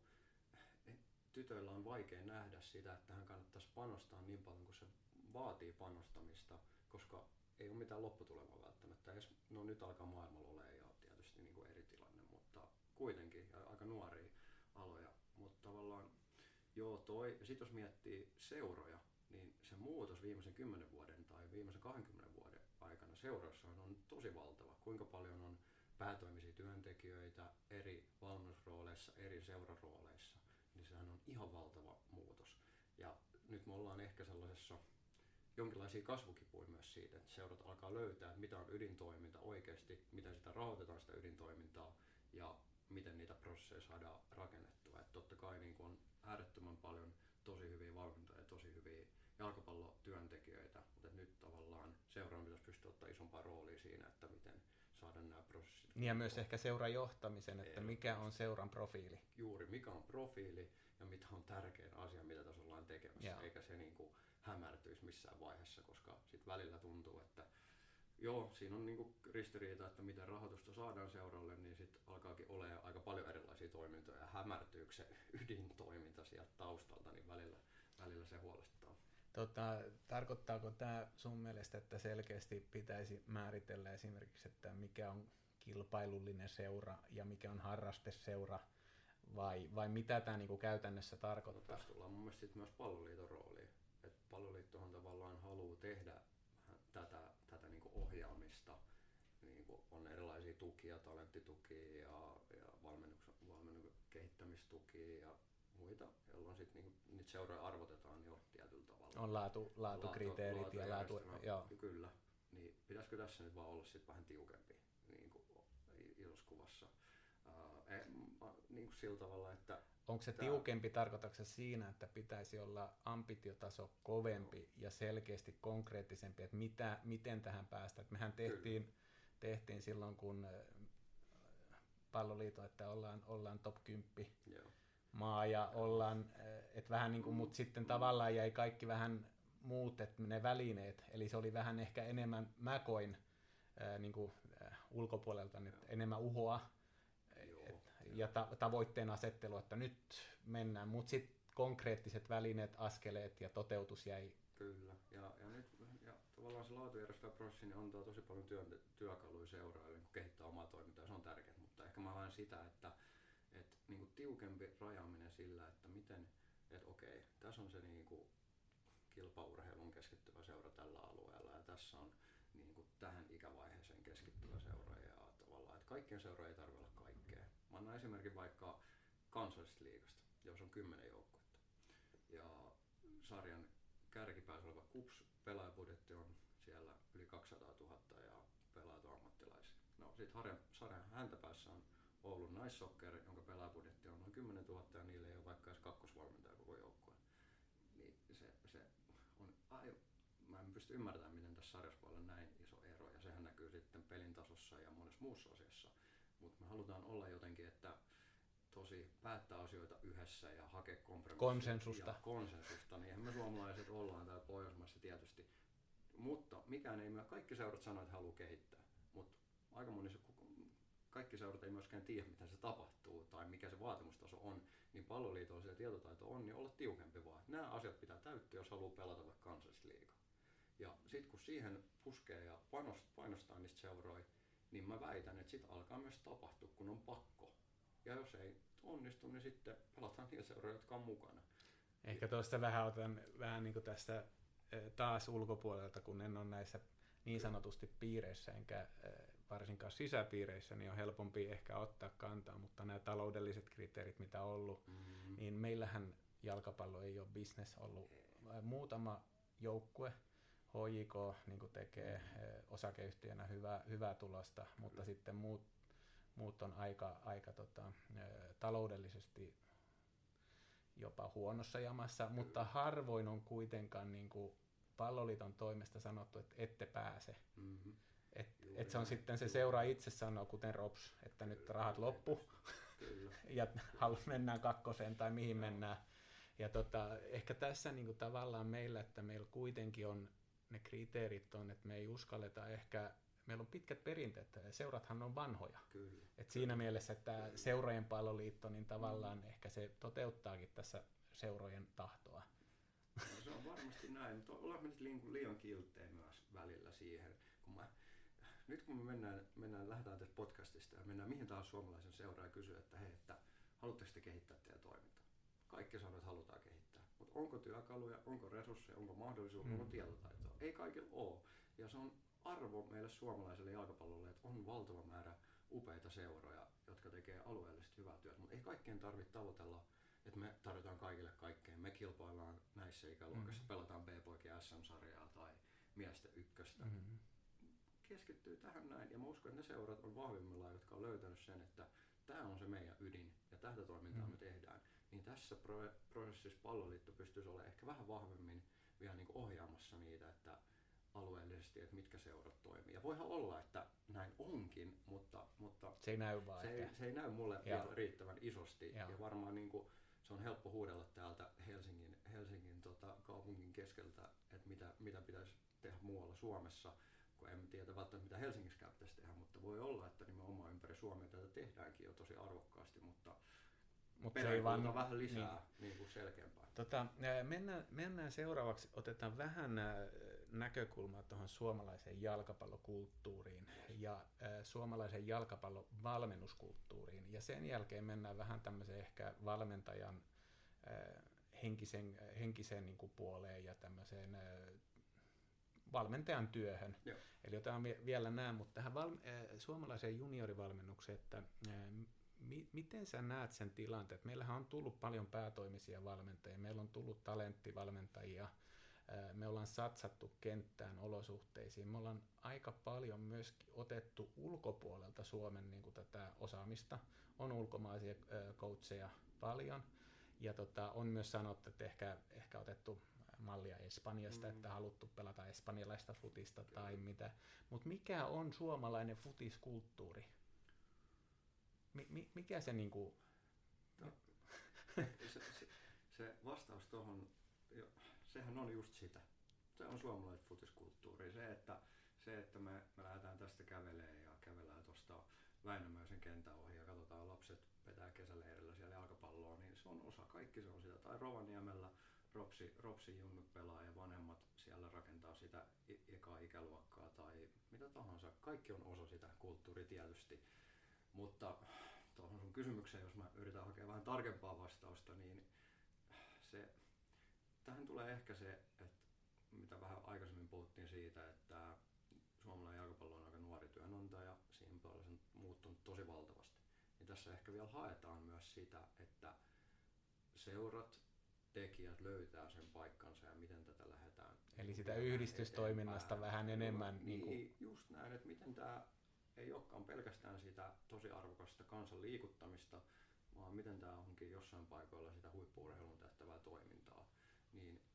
tytöillä on vaikea nähdä sitä, että tähän kannattaisi panostaa niin paljon kuin se vaatii panostamista, koska ei ole mitään lopputulemaa välttämättä. Edes, no nyt alkaa maailmalla olemaan ja tietysti niin kuin eri tilanne, mutta kuitenkin aika nuoria aloja. Mutta tavallaan joo toi, ja sitten jos miettii seuroja, niin se muutos viimeisen kymmenen vuoden tai viimeisen kahdenkymmenen vuoden aikana seuroissa on tosi valtava. Kuinka paljon on päätoimisia työntekijöitä eri valmennusrooleissa, eri seurarooleissa, niin sehän on ihan valtava muutos. Ja nyt me ollaan ehkä sellaisessa jonkinlaisia kasvukipuja myös siitä, että seurat alkaa löytää, että mitä on ydintoiminta oikeasti, miten sitä rahoitetaan sitä ydintoimintaa ja miten niitä prosesseja saadaan rakennettua. Että totta kai niin on äärettömän paljon tosi hyviä valmentajia, tosi hyviä jalkapallotyöntekijöitä, mutta nyt tavallaan seuraan pitäisi pystyä ottaa isompaa roolia siinä, että miten saada nämä prosessit. Niin ja myös ehkä seuran johtamisen, että mikä on seuran profiili. Juuri, mikä on profiili ja mitä on tärkein asia, mitä tässä ollaan tekemässä, Jaa. eikä se niin kuin hämärtyisi missään vaiheessa, koska sitten välillä tuntuu, että joo, siinä on niinku ristiriita, että miten rahoitusta saadaan seuralle, niin sitten alkaakin olemaan aika paljon erilaisia toimintoja ja hämärtyykö se ydintoiminta sieltä taustalta, niin välillä, välillä se huolestuttaa. Tota, tarkoittaako tämä sun mielestä, että selkeästi pitäisi määritellä esimerkiksi, että mikä on kilpailullinen seura ja mikä on harrasteseura, vai, vai mitä tämä niinku käytännössä tarkoittaa? No, tässä tullaan mun mielestä sit myös palloliiton rooliin. Et palloliittohan tavallaan haluaa tehdä tätä, tätä niinku ohjaamista. Niinku on erilaisia tukia, talenttitukia ja, ja valmennuksen, valmennuksen kehittämistukia ja muita, jolloin sit niinku, niitä seuroja arvotetaan jo tietyllä tavalla. On laatu, laatukriteerit laatu, ja laatu, joo. Kyllä. Niin pitäisikö tässä nyt vaan olla sit vähän tiukempi niinku isossa kuvassa? Uh, eh, niin kuin sillä tavalla, että onko se tämä tiukempi, tarkoitatko se siinä, että pitäisi olla ambitiotaso kovempi ja selkeästi konkreettisempi, että mitä, miten tähän päästään? Mehän tehtiin, tehtiin silloin, kun Palloliitto, että ollaan, ollaan top kymmenen Joo. maa ja ollaan, että vähän niin kuin, mutta sitten tavallaan jäi kaikki vähän muut, että ne välineet, eli se oli vähän ehkä enemmän mä koin niin kuin ulkopuolelta, nyt enemmän uhoa, ja ta- tavoitteen asettelu, että nyt mennään, mutta sitten konkreettiset välineet, askeleet ja toteutus jäi. Kyllä, ja, ja nyt ja tavallaan se laatujärjestelmäprosessi niin antaa tosi paljon työn, työkaluja seuraajille niin kehittää omaa toimintaa, se on tärkeää, mutta ehkä mä haen sitä, että et, niin kuin tiukempi rajaaminen sillä, että miten, että okei, tässä on se niin kuin kilpaurheilun keskittyvä seura tällä alueella ja tässä on niin kuin tähän ikävaiheeseen keskittyvä seura ja tavallaan, että kaikkien seuroja ei tarvitse olla kaikkea. Mä annan esimerkin vaikka kansallisesta liigasta, jossa on kymmenen joukkuetta. Ja sarjan kärkipäässä oleva K U P S -pelaajabudjetti on siellä yli kaksisataatuhatta ja pelaajat on ammattilaisia. No sit harjan, sarjan häntäpäässä on Oulun Nice Soccer, jonka pelaajabudjetti on noin kymmenentuhatta ja niille ei ole vaikka edes kakkosvalmentaja koko joukkueen. Niin se, se on aivan, mä en pysty sitten ymmärtää, miten tässä sarjassa voi olla näin iso ero, ja sehän näkyy sitten pelin tasossa ja monessa muussa asiassa. Mutta me halutaan olla jotenkin, että tosi päättää asioita yhdessä ja hakea kompromissia. Konsensusta. Ja konsensusta, niin eihän me suomalaiset ollaan täällä Pohjoismaissa tietysti. Mutta mikään ei, kaikki seurat sanoo, että haluaa kehittää, mutta aika monissa kaikki seurat ei myöskään tiedä, mitä se tapahtuu tai mikä se vaatimustaso on, niin Palloliitolla se tietotaito on, niin olla tiukempi vaan. Nämä asiat pitää täyttyä, jos haluaa pelata vaikka kansallisliigaa. Ja sitten kun siihen puskee ja painostaa niistä seuroja, niin mä väitän, että sitten alkaa myös tapahtua, kun on pakko. Ja jos ei onnistu, niin sitten pelataan niillä seuroilla, jotka on mukana. Ehkä tuosta vähän otan vähän niin kuin tästä taas ulkopuolelta, kun en ole näissä niin sanotusti piireissä, enkä varsinkaan sisäpiireissä, niin on helpompi ehkä ottaa kantaa, mutta nämä taloudelliset kriteerit, mitä on ollut, mm-hmm. niin meillähän jalkapallo ei ole business ollut. Muutama joukkue, H J K niin kuin tekee osakeyhtiönä hyvää, hyvää tulosta, mutta mm-hmm. sitten muut, muut on aika, aika tota, taloudellisesti jopa huonossa jamassa, mm-hmm. mutta harvoin on kuitenkaan niin kuin Palloliiton toimesta sanottu, että ette pääse. Mm-hmm. Että et se on sitten se seura itse sanoo, kuten Rops, että nyt rahat loppu ja mennään kakkoseen tai mihin mennään. Ja tota, ehkä tässä niinku tavallaan meillä, että meillä kuitenkin on ne kriteerit on, että me ei uskalleta ehkä, meillä on pitkät perinteet, seurathan on vanhoja. Kyllä. Et siinä mielessä, että seurojen palloliitto, niin tavallaan mm. ehkä se toteuttaakin tässä seurojen tahtoa. No, se on varmasti näin, mutta ollaan me nyt liian kilttejä myös välillä siihen, kun mä nyt kun me mennään, mennään, lähdetään tästä podcastista ja mennään mihin tahansa suomalaisen seuraan ja kysyä, että hei, että haluatteko te kehittää teidän toimintaa? Kaikki sanoo, että halutaan kehittää, mutta onko työkaluja, onko resursseja, onko mahdollisuuksia, mm. onko tietotaitoa? Ei kaikilla ole. Ja se on arvo meille suomalaiselle jalkapallolle, että on valtava määrä upeita seuroja, jotka tekee alueellisesti hyvää työtä, mutta ei kaikkien tarvitse tavoitella, että me tarjotaan kaikille kaikkeen. Me kilpaillaan näissä ikäluokissa, mm. pelataan B-poikien S M-sarjaa tai miesten ykköstä. Mm. Keskittyy tähän näin, ja mä uskon, että ne seurat on vahvimmillaan, jotka on löytänyt sen, että tämä on se meidän ydin, ja tätä toimintaa mm. me tehdään, niin tässä pro- prosessissa Palloliitto pystyisi olemaan ehkä vähän vahvemmin vielä niin kuin ohjaamassa niitä, että alueellisesti, että mitkä seurat toimii. Ja voihan olla, että näin onkin, mutta, mutta se ei näy vaan. Se ei, se ei näy mulle vielä riittävän isosti, ja, ja varmaan niin kuin, se on helppo huudella täältä Helsingin, Helsingin tota, kaupungin keskeltä, että mitä, mitä pitäisi tehdä muualla Suomessa, kun en tiedä välttämättä mitä Helsingissäkään pitäisi tehdä, mutta voi olla, että nimenomaan ympäri Suomea tätä tehdäänkin jo tosi arvokkaasti, mutta Mut peräänkuulutaan vähän lisää niin. Niin kuin selkeämpää. Tota, mennään, mennään seuraavaksi, otetaan vähän näkökulmaa tuohon suomalaiseen jalkapallokulttuuriin ja äh, suomalaisen jalkapallovalmennuskulttuuriin, ja sen jälkeen mennään vähän tämmöiseen ehkä valmentajan äh, henkisen, henkiseen niin kuin puoleen ja tämmöiseen äh, valmentajan työhön. Joo. Eli otetaan vielä nämä, mutta tähän val- äh, suomalaiseen juniorivalmennukseen, että äh, mi- miten sä näet sen tilanteen? Meillähän on tullut paljon päätoimisia valmentajia, meillä on tullut talenttivalmentajia, äh, me ollaan satsattu kenttään olosuhteisiin, me ollaan aika paljon myöskin otettu ulkopuolelta Suomen niin kuin tätä osaamista, on ulkomaisia äh, coacheja paljon, ja tota, on myös sanottu, että ehkä, ehkä otettu mallia Espanjasta, mm. että haluttu pelata espanjalaista futista Kyllä. tai mitä. Mutta mikä on suomalainen futiskulttuuri? Mi- mi- mikä se niinku... No, se, se, se vastaus tuohon, sehän on just sitä. Se on suomalainen futiskulttuuri. Se, että, se, että me, me lähdetään tästä kävelemään ja kävellään tuosta Väinämöisen kentän ohi ja katsotaan lapset vetää kesäleirillä siellä jalkapalloa, niin se on osa. Kaikki se on sitä. Tai Rovaniemellä Ropsi, Ropsi junnut pelaa ja vanhemmat siellä rakentaa sitä ekaa ikäluokkaa tai mitä tahansa. Kaikki on osa sitä kulttuuria tietysti. Mutta tuohon sun kysymykseen, jos mä yritän hakea vähän tarkempaa vastausta, niin se, tähän tulee ehkä se, että mitä vähän aikaisemmin puhuttiin siitä, että suomalainen jalkapallo on aika nuori työnantaja, siihen puolella on muuttunut tosi valtavasti. Niin tässä ehkä vielä haetaan myös sitä, että seurat, tekijät löytää sen paikkansa ja miten tätä lähdetään. Eli sitä yhdistystoiminnasta vähän enemmän. Niin, niin just näin, että miten tämä ei olekaan pelkästään sitä tosi arvokasta kansan liikuttamista, vaan miten tämä onkin jossain paikoilla sitä huippu-urheilun tähtävää toimintaa. Niin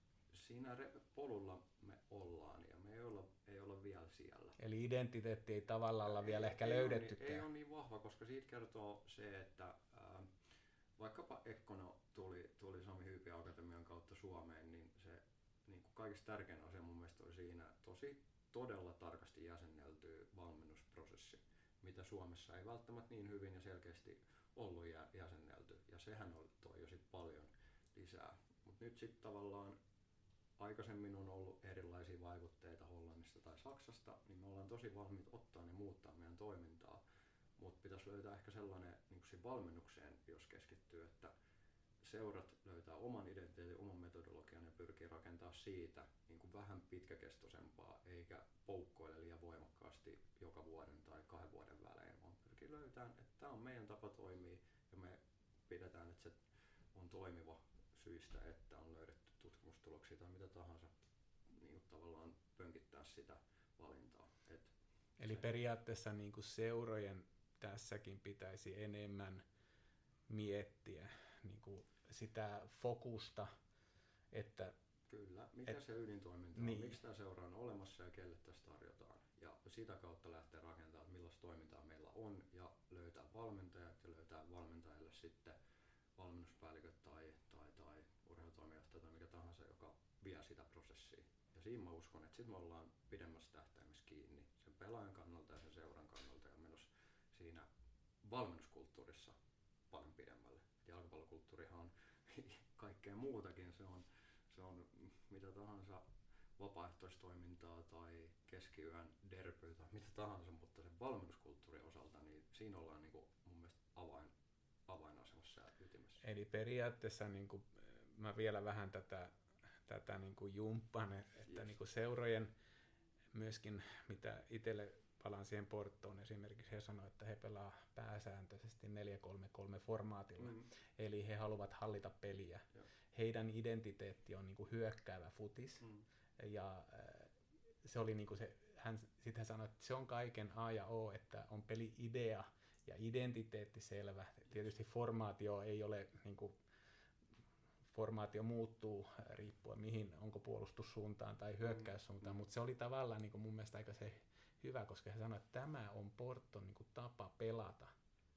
siinä re- polulla me ollaan ja me ei olla, ei olla vielä siellä. Eli identiteetti ei tavallaan olla vielä ei, ehkä ei löydettykään. Ole niin, ei ole niin vahva, koska siitä kertoo se, että ää, vaikkapa Ekkono tuli, tuli Sami Hyypiö Akatemian kautta Suomeen, niin se niin kuin kaikista tärkein asia mun mielestä oli siinä tosi todella tarkasti jäsennelty valmennusprosessi, mitä Suomessa ei välttämättä niin hyvin ja selkeästi ollut jäsennelty. Ja sehän oli, toi jo sit paljon lisää. Mutta nyt sitten tavallaan aikaisemmin on ollut erilaisia vaikutteita Hollannista tai Saksasta, niin me ollaan tosi valmiit ottaa ne muuttaa meidän toimintaa. Mutta pitäisi löytää ehkä sellainen niin kuin valmennukseen, jos keskittyy, että seurat löytää oman identiteetin, oman metodologian ja pyrkii rakentaa siitä niin kuin vähän pitkäkestoisempaa, eikä poukkoile liian voimakkaasti joka vuoden tai kahden vuoden välein, vaan pyrkii löytämään, että tämä on meidän tapa toimia ja me pidetään, että se on toimiva syistä, että on löydetty tutkimustuloksia tai mitä tahansa, niin tavallaan pönkittää sitä valintaa. Et Eli se, periaatteessa niin kuin seurojen tässäkin pitäisi enemmän miettiä niin kuin sitä fokusta, että kyllä, mikä et, se ydintoiminta niin. on, miksi tämä seura on olemassa ja kelle tässä tarjotaan. Ja sitä kautta lähtee rakentamaan, millaista toimintaa meillä on ja löytää valmentajat ja löytää valmentajille sitten valmennuspäälliköt tai, tai, tai urheilutoimijohtaja tai mikä tahansa, joka vie sitä prosessia. Ja siinä mä uskon, että sitten me ollaan pidemmässä tähtäimessä kiinni sen pelaajan kannalta ja sen seuran kannalta ja menossa siinä valmennuskulttuurissa paljon pidemmälle. Jalkapallokulttuurihan on kaikkea muutakin, se on, se on mitä tahansa vapaaehtoistoimintaa tai keskiyön derbyä tai mitä tahansa, mutta sen valmennuskulttuurin osalta niin siinä ollaan niin kuin mun mielestä avain, avainasemassa ja ytimessä. Eli periaatteessa niin kuin, mä vielä vähän tätä, tätä niin kuin jumppaan, että yes. niin kuin seurojen myöskin, mitä itselle palaan siihen Porttoon esimerkiksi, he sanoivat, että he pelaa pääsääntöisesti neljä kolme kolme formaatilla, mm. eli he haluavat hallita peliä. Joo. Heidän identiteetti on niin kuin hyökkäävä futis, mm. ja äh, se oli niin kuin se, hän, sit hän sanoi, että se on kaiken A ja O, että on peli-idea ja identiteetti selvä. Tietysti formaatio ei ole, niin kuin, formaatio muuttuu riippuen mihin, onko puolustussuuntaan tai hyökkäyssuuntaan, mm. mutta se oli tavallaan niin kuin mun mielestä aika se hyvä, koska hän sanoi, että tämä on Porton niin kuin tapa pelata.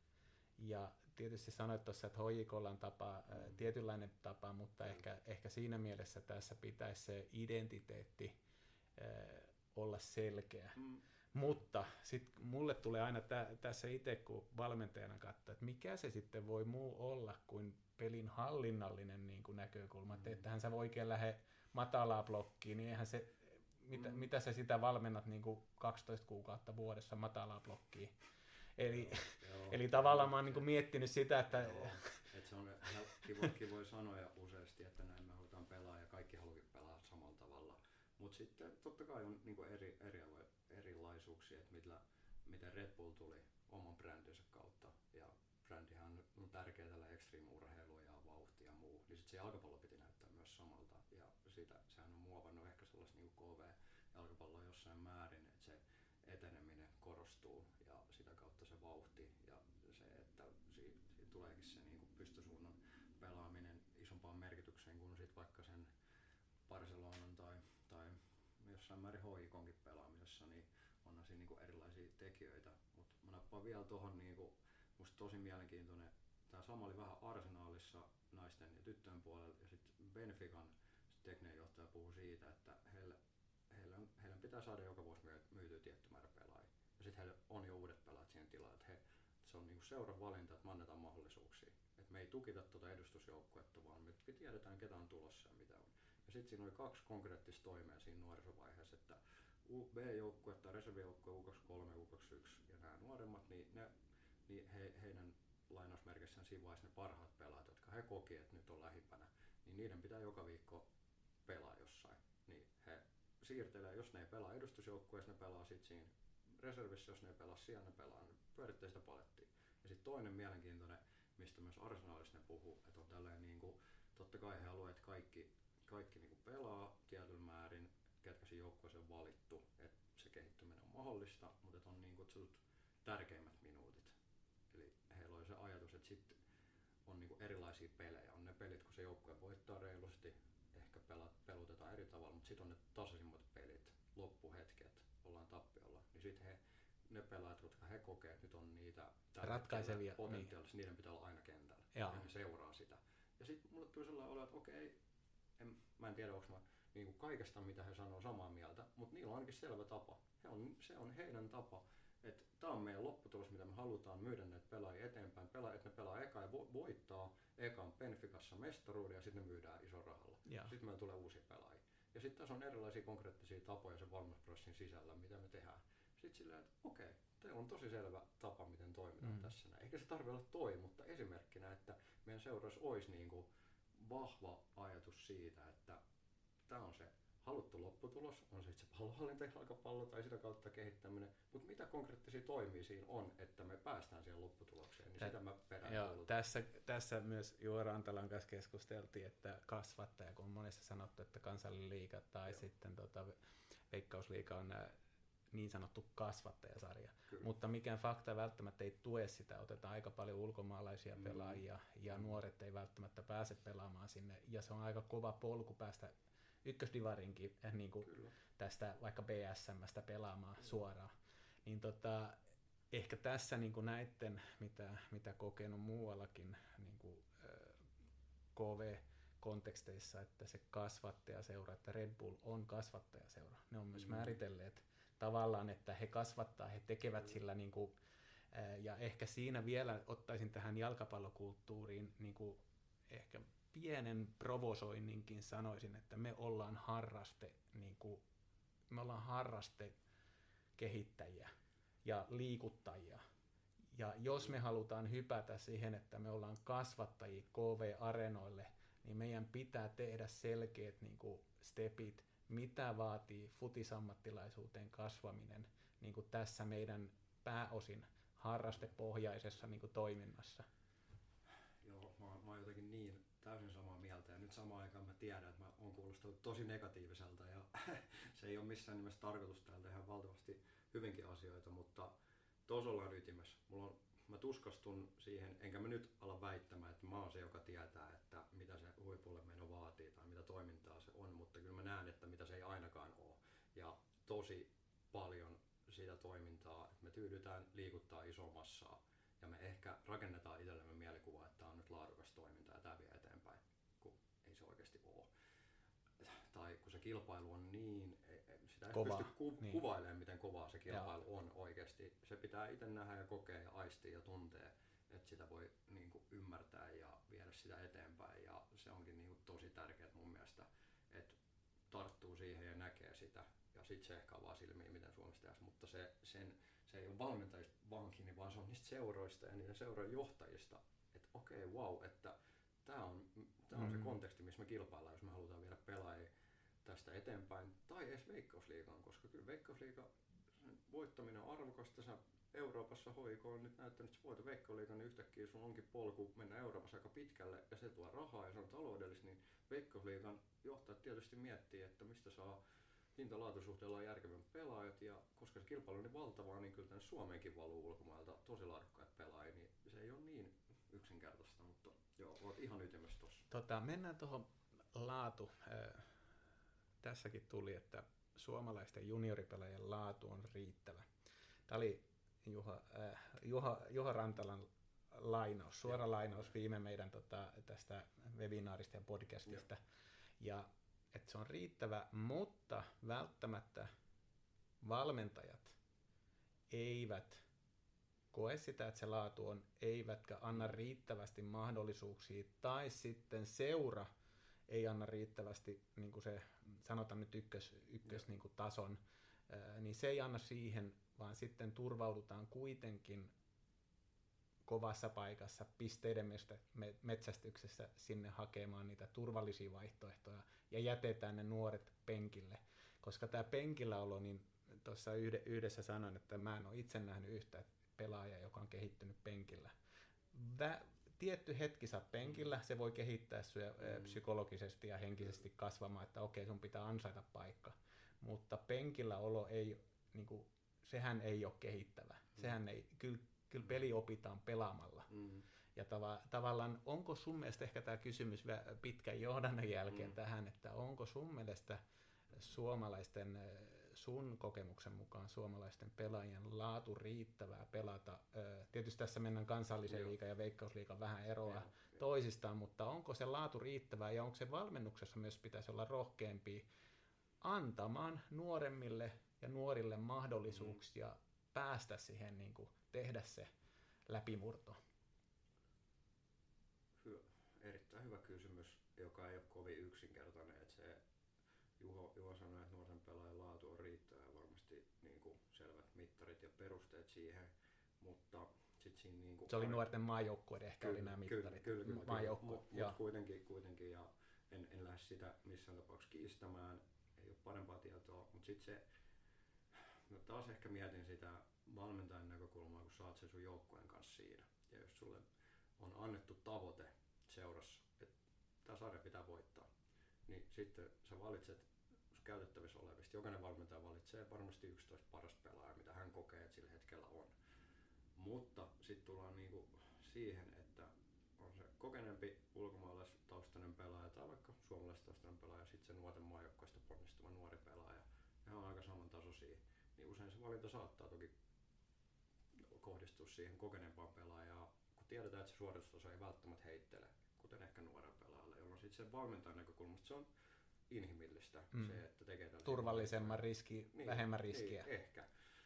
Ja tietysti sanoit tuossa, että H J K:lla on tapa, mm. ä, tietynlainen tapa, mutta mm. ehkä, ehkä siinä mielessä tässä pitäisi se identiteetti ä, olla selkeä. Mm. Mutta sitten mulle tulee aina tä, tässä itse, kun valmentajana katsoo, että mikä se sitten voi muu olla kuin pelin hallinnallinen niin kuin näkökulma. Mm. Että hän sä voi oikein lähde matalaa blokkiin, niin eihän se, mitä, mm. mitä sä sitä valmennat niin kuin kaksitoista kuukautta vuodessa matalaa blokkiin. Eli, joo, eli joo, tavallaan joo, mä oon niin kuin miettinyt sitä, että... Joo, et se on kivoikin voi sanoa useasti, että näin me halutaan pelaa ja kaikki haluakin pelaa samalla tavalla. Mutta sitten totta kai on niin kuin eri, eri, erilaisuuksia, että millä, miten Red Bull tuli oman brändinsä kautta. Ja brändihän on tärkeä tällä extreme-urheilu ja vauhti ja muu. Niin sitten se jalkapallo piti näyttää myös samalta. Ja sitä, sehän on muovannut ehkä sellaista niin kuin K V-jalkapalloa jossain määrin, että se eteneminen korostuu ja sitä kautta se vauhti ja se, että siitä, siitä tuleekin se niin kuin pystysuunnan pelaaminen isompaan merkitykseen kuin sit vaikka sen Barcelonan tai, tai jossain määrin H J K:nkin pelaamisessa, niin onhan siinä niin kuin erilaisia tekijöitä. Mutta mä nappaan vielä tohon, niin kuin, musta tosi mielenkiintoinen, tää sama oli vähän Arsenalissa naisten ja tyttöjen puolella ja sitten Benfican tekninen johtaja puhui siitä, että heille Heillä, on, heillä pitää saada joka vuosi myytyä tietty määrä pelaajia. Ja sitten heillä on jo uudet pelaajat siihen tilaan, että he, se on niinku seuran valinta, että me annetaan mahdollisuuksia. Et me ei tukita tuota edustusjoukkuetta, vaan me tiedetään ketä on tulossa ja mitä on. Ja sitten siinä oli kaksi konkreettista toimea siinä nuorisovaiheessa, että B-joukkue tai reservijoukkue U kaksikymmentäkolme, U kaksikymmentäyksi ja nämä nuoremmat, niin, ne, niin he, heidän lainausmerkissään siinä vaiheessa ne parhaat pelaajat, jotka he koki, että nyt on lähipänä, niin niiden pitää joka viikko pelaa jossain. Niin he siirtelee, jos ne ei pelaa edustusjoukkueessa, ne pelaa sitten siinä reservissä, jos ne ei pelaa siellä, ne pelaa, ne pyörittää sitä palettia. Ja sitten toinen mielenkiintoinen, mistä myös Arsenalissa ne puhuu, että on tälleen niinku, totta kai he haluaa, että kaikki, kaikki niinku pelaa tietyllä määrin, ketkä siinä joukkueeseen on valittu, että se kehittyminen on mahdollista, mutta että on niin kutsutut tärkeimmät minuutit. Eli heillä oli se ajatus, että sitten on niinku erilaisia pelejä. On ne pelit, kun se joukkue voittaa reilusti, ehkä pelat, pelutetaan eri tavalla, mutta sitten on ne tasaisimmat pelit, loppuhetket, ollaan tappiolla, niin sitten he, ne pelaajat, jotka he kokee, että nyt on niitä ratkaisevia potentiaalisia, niin. niiden pitää olla aina kentällä, ja ne seuraa sitä. Ja sitten mulle tuli sellainen olo, että okei, en, mä en tiedä, onko mä niin kuin kaikesta, mitä he sanoo, samaa mieltä, mutta niillä on ainakin selvä tapa. He on, se on heidän tapa, että tämä on meidän lopputulos, mitä me halutaan myydä näitä pelaajia eteenpäin, Pela, että ne pelaa eka ja vo- voittaa ekan Benficassa mestaruuden ja sitten ne myydään ison rahalla. Ja. Sitten meillä tulee uusia pelaajia. Ja sitten tässä on erilaisia konkreettisia tapoja sen valmennusprosessin sisällä, mitä me tehdään. Sitten silleen, että okei, teillä on tosi selvä tapa, miten toimitaan mm. tässä näin. Eikä se tarvitse olla toi, mutta esimerkkinä, että meidän seurassa olisi niin kuin vahva ajatus siitä, että tämä on se haluttu lopputulos, on se itse pallonhallinta, jalkapallo tai sitä kautta kehittäminen, mutta mitä konkreettisia toimia siinä on, että me päästään siihen lopputulokseen, niin Tä, sitä mä perään joo, tässä, tässä myös Juha Rantalan kanssa keskusteltiin, että kasvattaja, kun on monesti sanottu, että kansallinen liiga tai joo. sitten tota, Veikkausliiga on nämä niin sanottu kasvattajasarja, Kyllä. mutta mikään fakta välttämättä ei tue sitä, otetaan aika paljon ulkomaalaisia mm. pelaajia ja mm. nuoret ei välttämättä pääse pelaamaan sinne ja se on aika kova polku päästä ykkösdivarinkin äh, niin kuin tästä vaikka B S M:stä pelaamaan mm. suoraan. Niin tota, ehkä tässä niin kuin näitten, mitä, mitä kokenut muuallakin niin kuin, äh, K V-konteksteissa, että se kasvattajaseura, että Red Bull on kasvattajaseura. Ne on myös mm. määritelleet tavallaan, että he kasvattaa, he tekevät mm. sillä niin kuin, äh, ja ehkä siinä vielä ottaisin tähän jalkapallokulttuuriin niin kuin ehkä pienen provosoinninkin sanoisin, että me ollaan harraste, niin kuin, me ollaan harrastekehittäjiä ja liikuttajia. Ja jos me halutaan hypätä siihen, että me ollaan kasvattajia K V-areenoille, niin meidän pitää tehdä selkeät niin kuin stepit, mitä vaatii futisammattilaisuuteen kasvaminen niin kuin tässä meidän pääosin harrastepohjaisessa niin kuin toiminnassa. Joo, mä, mä oon jotenkin niin täysin samaa mieltä ja nyt samaan aikaan mä tiedän, että mä oon kuulostanut tosi negatiiviselta ja se ei ole missään nimessä tarkoitus täältä tehdä valtavasti hyvinkin asioita, mutta tuossa ollaan ytimessä. Mulla on, mä tuskastun siihen, enkä mä nyt ala väittämään, että mä oon se, joka tietää, että mitä se huipulle meno vaatii tai mitä toimintaa se on, mutta kyllä mä näen, että mitä se ei ainakaan ole. Ja tosi paljon sitä toimintaa, että me tyydytään liikuttaa isoa massaa ja me ehkä rakennetaan itsellemme mielikuvaa, että tämä on nyt laadukas toiminta ja tämä vie eteenpäin, kun ei se oikeasti ole. Tai kun se kilpailu on niin, sitä ei Kova, pysty ku- niin. kuvailemaan, miten kovaa se kilpailu Joo. on oikeasti. Se pitää itse nähdä ja kokea ja aistia ja tuntea, että sitä voi niin kuin ymmärtää ja viedä sitä eteenpäin. Ja se onkin niin kuin tosi tärkeää mun mielestä, että tarttuu siihen ja näkee sitä. Ja sitten se ehkä avaa silmiä, miten Suomessa tehdään. Mutta se, sen, se ei ole valmentajista vaan kiinni, vaan se on niistä seuroista ja niiden seurojen johtajista. Että okei, okay, wow, että tämä on, tää on mm. se konteksti, missä me kilpaillaan, jos me halutaan viedä pelaajia tästä eteenpäin. Tai edes Veikkausliigaan, koska kyllä Veikkausliigan voittaminen on arvokasta. Sä Euroopassa H I K on nyt näyttänyt, että sä voitat Veikkausliigan, niin yhtäkkiä sun onkin polku mennä Euroopassa aika pitkälle ja se tuo rahaa ja se on taloudellista, niin Veikkausliigan johtajat tietysti miettii, että mistä saa hinta-laatusuhteella järkevät pelaajat, ja koska se kilpailu on niin valtavaa, niin kyllä tänne Suomeenkin valuu ulkomailta tosi laadukkaita pelaajia, niin se ei ole niin yksinkertaista, mutta joo, olet ihan ytimessä tossa. Tota, mennään tuohon laatu. Äh, tässäkin tuli, että suomalaisten junioripelaajien laatu on riittävä. Tämä oli Juha, äh, Juha, Juha Rantalan lainaus, suora ja. lainaus viime meidän tota, tästä webinaarista ja podcastista. Ja, ja että se on riittävä, mutta välttämättä valmentajat eivät koe sitä, että se laatu on, eivätkä anna riittävästi mahdollisuuksia, tai sitten seura ei anna riittävästi, niin kuin se sanotaan nyt ykkös, ykkös niin kuin tason, ää, niin se ei anna siihen, vaan sitten turvaudutaan kuitenkin kovassa paikassa pisteiden metsästyksessä sinne hakemaan niitä turvallisia vaihtoehtoja ja jätetään ne nuoret penkille. Koska tämä penkilläolo, niin tuossa yhdessä sanoin, että mä en ole itse nähnyt yhtä pelaajaa, joka on kehittynyt penkillä. Vä- tietty hetki sä oot penkillä, se voi kehittää sua mm. psykologisesti ja henkisesti kasvamaan, että okei, sun pitää ansaita paikka. Mutta penkillä olo ei, niin kuin, sehän ei ole kehittävä. Mm. Sehän ei, kyllä Kyllä peli opitaan pelaamalla. Mm. Ja tava, tavallaan, onko sun mielestä ehkä tämä kysymys pitkän johdannon jälkeen mm. tähän, että onko sun mielestä suomalaisten, sun kokemuksen mukaan suomalaisten pelaajien laatu riittävää pelata? Tietysti tässä mennään kansallisen liigan ja veikkausliigan vähän eroa Joo. toisistaan, mutta onko se laatu riittävää ja onko se valmennuksessa myös pitäisi olla rohkeampi antamaan nuoremmille ja nuorille mahdollisuuksia mm. päästä siihen, niin kuin, tehdä se läpimurto? Hyvä. Erittäin hyvä kysymys, joka ei ole kovin yksinkertainen. Että se Juho, Juho sanoi, että nuorten pelaajan laatu on riittävää ja varmasti niin kuin selvät mittarit ja perusteet siihen, mutta sit siinä niin kuin se oli nuorten maajoukkueiden ehkä kyllä, oli nämä mittarit. Kyllä, kyllä, maajoukkueet. Mutta mut kuitenkin, kuitenkin ja en, en lähde sitä missään tapauksessa kiistämään, ei ole parempaa tietoa, mutta sitten se, no taas ehkä mietin sitä valmentajan näkökulmaa, kun saat sen sun joukkueen kanssa siinä. Ja jos sulle on annettu tavoite seurassa, että tämä sarja pitää voittaa, niin sitten sä valitset käytettävissä olevista. Jokainen valmentaja valitsee varmasti yksitoista parasta pelaajaa, mitä hän kokee, että sillä hetkellä on. Mutta sitten tullaan niinku siihen, että on se kokeneempi ulkomaalaistaustainen pelaaja tai vaikka suomalaistaustainen pelaaja, sitten se nuorten maajoukkueesta ponnistuva nuori pelaaja. Ne on aika samantasoisia. Niin usein se valinta saattaa toki kohdistua siihen kokeneempaan pelaajaan, kun tiedetään, että se suoritustaso ei välttämättä heittele, kuten ehkä nuoren pelaajalle, jolloin sitten sen valmentajan näkökulmasta se on inhimillistä, mm. se, että tekee tällaisia turvallisemman riski, niin, vähemmän riskiä. Niin, ehkä.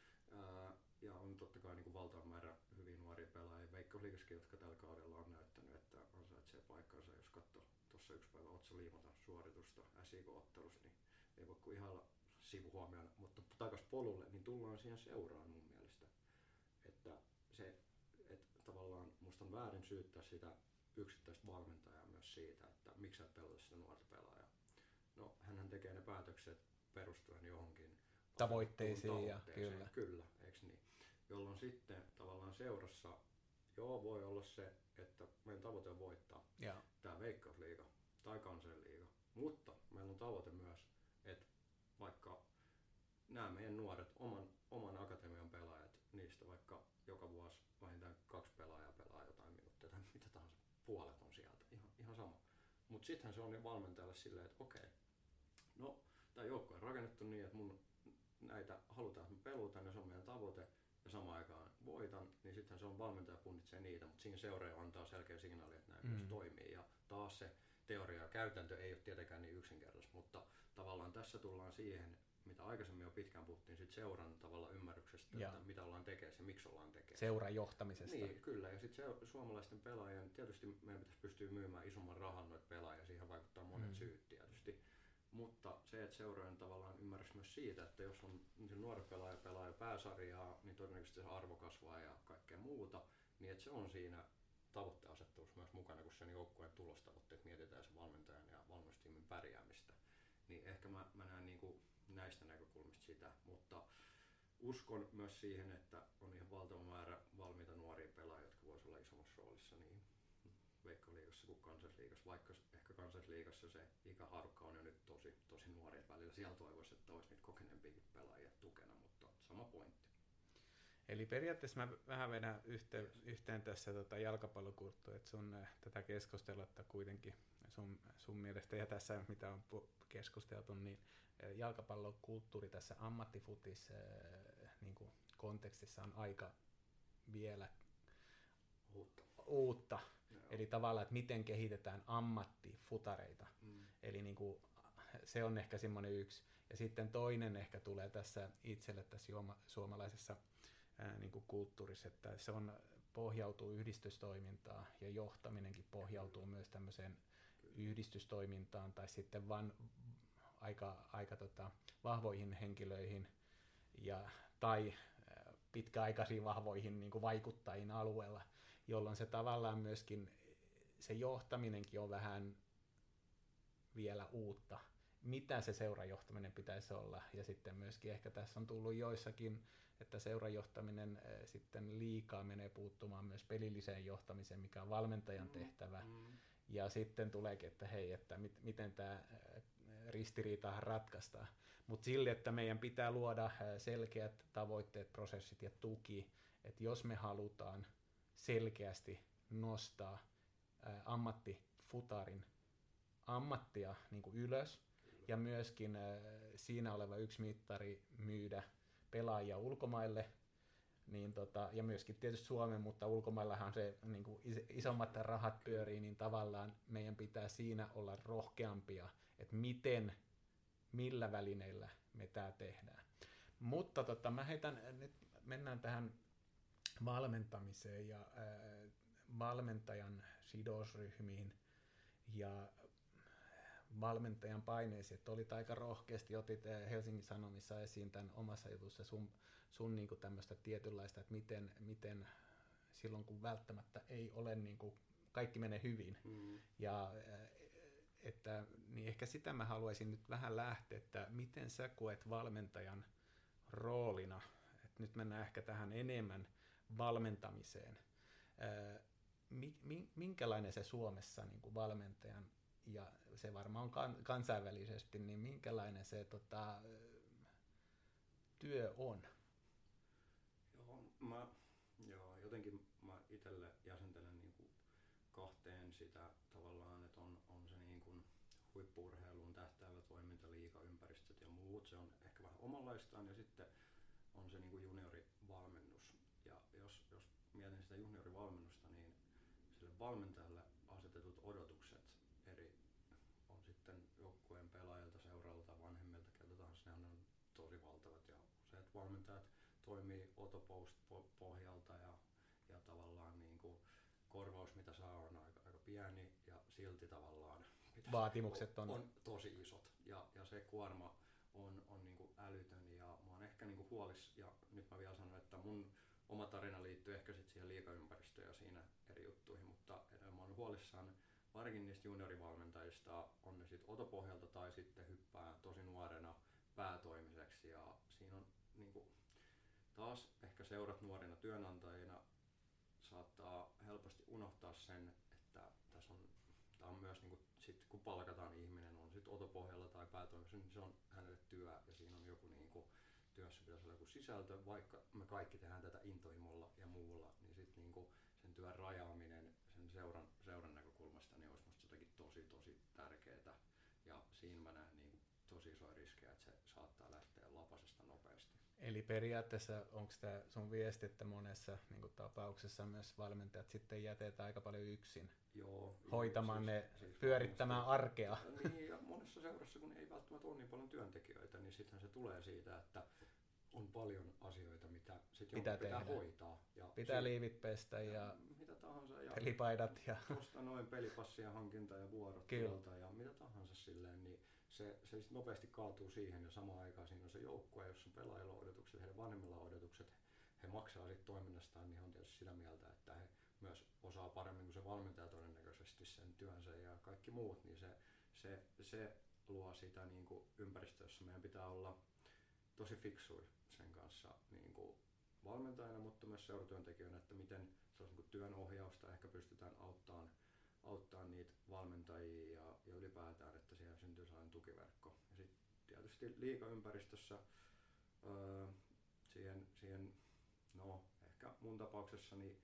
Ää, ja on totta kai niin kuin valtavan määrä hyvin nuoria pelaajia Veikkausliigassakin, jotka tällä kaudella on näyttänyt, että ansaitsee paikkansa. Jos katsoo tuossa yksi päivä Otso Liimatan suoritusta S I K-ottelussa, niin ei voi kuin ihailla sivuhuomioon, mutta takaisin polulle, niin tullaan siihen seuraan mun mielestä. Että se, että tavallaan musta on väärin syyttää sitä yksittäistä valmentajaa myös siitä, että miksi sä et pelata sitä nuorta pelaajaa. No, hänhän tekee ne päätökset perustuen johonkin tavoitteisiin, ja kyllä. Kyllä, eikö niin? Jolloin sitten tavallaan seurassa, joo, voi olla se, että meidän tavoite on voittaa ja. Tämä Veikkausliiga tai Kansallisliiga, mutta meillä on tavoite myös, että vaikka nämä meidän nuoret, oman, oman akatemian pelaajat, niistä vaikka joka vuosi vähintään kaksi pelaajaa pelaa jotain minuuttia tai mitä tahansa, puolet on sieltä, ihan, ihan sama. Mutta sittenhän se on valmentajalle silleen, että okei, no tämä joukko on rakennettu niin, että mun näitä halutaan, että me pelutaan ja se on meidän tavoite ja samaan aikaan voitan, niin sittenhän se on valmentaja punnitsee niitä, mutta siinä seuraaja antaa selkeä signaali, että näin mm. myös toimii. Ja taas se teoria ja käytäntö ei ole tietenkään niin yksinkertaista, mutta tavallaan tässä tullaan siihen, mitä aikaisemmin jo pitkään puhuttiin sit seuran tavalla ymmärryksestä, ja. Että mitä ollaan tekemässä ja miksi ollaan tekemässä. Seuran johtamisesta. Niin, kyllä. Ja sitten se, suomalaisten pelaajien, tietysti meidän pitäisi pystyä myymään isomman rahan noita pelaajia, siihen vaikuttaa monet mm. syyt tietysti. Mutta se, että seurojen tavallaan ymmärrys myös siitä, että jos on niin nuori pelaaja pelaa jo pääsarjaa, niin todennäköisesti se arvo kasvaa ja kaikkea muuta, niin että se on siinä tavoitteasettelussa myös mukana, kun sen joukkueen tulostavoitteet mietitään sen valmentajan ja valmennustiimin pärjäämistä. Niin ehkä mä, mä näen niin kuin näistä näkökulmista sitä, mutta uskon myös siihen, että on ihan valtava määrä valmiita nuoria pelaajia, jotka voisivat olla isommassa roolissa niin Veikkausliigassa kuin Kansallisliigassa, vaikka ehkä Kansallisliigassa se ikäharukka on jo nyt tosi, tosi nuori, että välillä siellä toivoisi, että olisi niitä kokeneempiakin pelaajia tukena, mutta sama pointti. Eli periaatteessa mä vähän vedän yhteen, yhteen tässä tota jalkapallokulttuuria, että sun äh, tätä keskustelua kuitenkin sun, sun mielestä ja tässä mitä on keskusteltu, niin äh, jalkapallokulttuuri tässä ammattifutis äh, niin kuin kontekstissa on aika vielä uutta. uutta. Eli tavallaan, että miten kehitetään ammattifutareita. Mm. Eli niin kuin, se on ehkä semmoinen yksi. Ja sitten toinen ehkä tulee tässä itselle tässä juoma, suomalaisessa ää, niin kuin kulttuurissa, että se on, pohjautuu yhdistystoimintaan ja johtaminenkin pohjautuu myös tämmöiseen yhdistystoimintaan tai sitten vaan aika, aika tota, vahvoihin henkilöihin ja, tai ää, pitkäaikaisiin vahvoihin niin kuin vaikuttajiin alueella, jolloin se tavallaan myöskin, se johtaminenkin on vähän vielä uutta. Mitä se seurajohtaminen pitäisi olla? Ja sitten myöskin ehkä tässä on tullut joissakin, että seurajohtaminen äh, sitten liikaa menee puuttumaan myös pelilliseen johtamiseen, mikä on valmentajan tehtävä. Mm. Ja sitten tuleekin, että hei, että mit, miten tämä äh, ristiriita ratkaistaan. Mutta sille, että meidän pitää luoda äh, selkeät tavoitteet, prosessit ja tuki, että jos me halutaan selkeästi nostaa ää, ammattifutarin ammattia niin kuin ylös ja myöskin ää, siinä oleva yksi mittari myydä pelaajia ulkomaille. Niin tota, ja myöskin tietysti Suomen, mutta ulkomaillahan se niin kuin isommat rahat pyörii, niin tavallaan meidän pitää siinä olla rohkeampia, että miten, millä välineillä me tämä tehdään. Mutta tota, mä heitän, nyt mennään tähän valmentamiseen ja ää, valmentajan sidosryhmiin ja valmentajan paineisiin, että olit aika rohkeasti, otit Helsingin Sanomissa esiin tämän omassa jutussa sun, sun niin kuin tämmöistä tietynlaista, että miten, miten silloin kun välttämättä ei ole niin kuin, kaikki menee hyvin. Mm. Ja että, niin ehkä sitä mä haluaisin nyt vähän lähteä, että miten sä koet valmentajan roolina, että nyt mennään ehkä tähän enemmän valmentamiseen. Minkälainen se Suomessa niin kuin valmentajan, ja se varmaan on kansainvälisesti, niin minkälainen se tota, työ on? Joo, mä, joo, jotenkin mä itselle jäsentelen niin kuin kahteen sitä tavallaan, että on, on se niin kuin huippu-urheiluun tähtäävä toiminta, liigaympäristöt ja muut, se on ehkä vähän omanlaistaan, ja sitten on se niin kuin juniorivalmennus. Ja jos, jos mietin sitä juniorivalmennusta, niin sille valmentajalle asetetut odotukset eri on sitten joukkueen pelaajilta, seuralta, vanhemmilta, keltä tahansa, ne on tosi valtavat. Ja useat valmentajat toimii autopost-pohjalta ja, ja tavallaan niin kuin korvaus, mitä saa, on aika, aika pieni ja silti tavallaan vaatimukset on, on tosi isot. Ja, ja se kuorma on, on niin kuin älytön ja mä oon ehkä niin kuin huolis, ja nyt mä vielä sanon, että mun oma tarina liittyy ehkä sit siihen liigaympäristöön ja siinä eri juttuihin, mutta edelleen mä oon huolissaan varsinkin niistä juniorivalmentajista, on ne sitten otopohjalta tai sitten hyppää tosi nuorena päätoimiseksi, ja siinä on niin kuin, taas ehkä seurat nuorina työnantajina saattaa helposti unohtaa sen, että tässä on, tää on myös niin kuin, sit, kun palkataan ihminen, on sitten otopohjalla tai päätoimissa, niin se on hänelle työ ja siinä on joku niin kuin, työssä pitäisi olla joku sisältö, vaikka me kaikki tehdään tätä intohimolla ja muulla, niin sitten niin kuin sen työn rajaaminen sen seuran, seuran näkökulmasta niin olisi musta jotenkin tosi tosi tärkeää, ja siinä mä näen niin tosi isoja riskejä, että se saattaa lähteä lapasesta nopeasti. Eli periaatteessa onko tämä sun viesti, että monessa niin kuin tapauksessa myös valmentajat sitten jätetään aika paljon yksin Joo, hoitamaan siis, ne, siis pyörittämään arkea? Niin, ja monessa seurassa, kun ei välttämättä ole niin paljon työntekijöitä, niin sittenhän se tulee siitä, että on paljon asioita, mitä sit pitää, pitää hoitaa. Ja pitää sit, liivit pestä ja, ja mitä tahansa. Ja pelipaidat. Ja tuosta noin pelipassien hankinta ja vuorot tuolta ja mitä tahansa silleen, niin se, se sit nopeasti kaatuu siihen, ja samaan aikaan siinä on se joukkue, jossa pelaajilla on odotukset, heidän vanhemmilla on odotukset, he maksaa sit toiminnastaan, niin he on tietysti sitä mieltä, että he myös osaa paremmin kuin se valmentaja todennäköisesti sen työnsä ja kaikki muut, niin se, se, se luo sitä niin kuin ympäristöä, jossa meidän pitää olla tosi fiksui sen kanssa niin kuin valmentajana, mutta myös seuratyöntekijöinä, että miten se on niin kuin työnohjausta, ehkä pystytään auttamaan, auttamaan niitä valmentajia ja, ja ylipäätään, että siellä syntyy sellainen tukiverkko. Ja sitten tietysti liigaympäristössä öö, siihen, siihen, no ehkä mun tapauksessani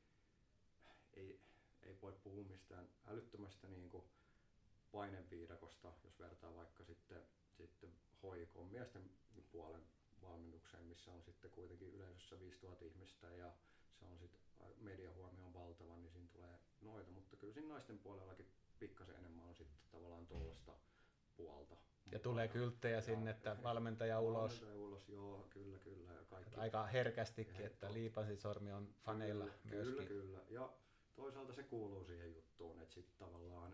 ei, ei voi puhua mistään älyttömästä niin kuin paineviidakosta, jos vertaa vaikka sitten, sitten H I K:n miesten puolen valmennukseen, missä on sitten kuitenkin yleisössä viisituhatta ihmistä ja se on sitten mediahuomio on valtava, niin siinä tulee noita, mutta kyllä siinä naisten puolellakin pikkasen enemmän on sitten tavallaan tuollaista puolta. Ja tulee kylttejä sinne, että valmentaja ulos. Valmentaja ulos, joo, kyllä, kyllä. Ja kaikki. Aika herkästikin, että liipasisormi on faneilla kyllä, myöskin. Kyllä, kyllä. Ja toisaalta se kuuluu siihen juttuun, että sitten tavallaan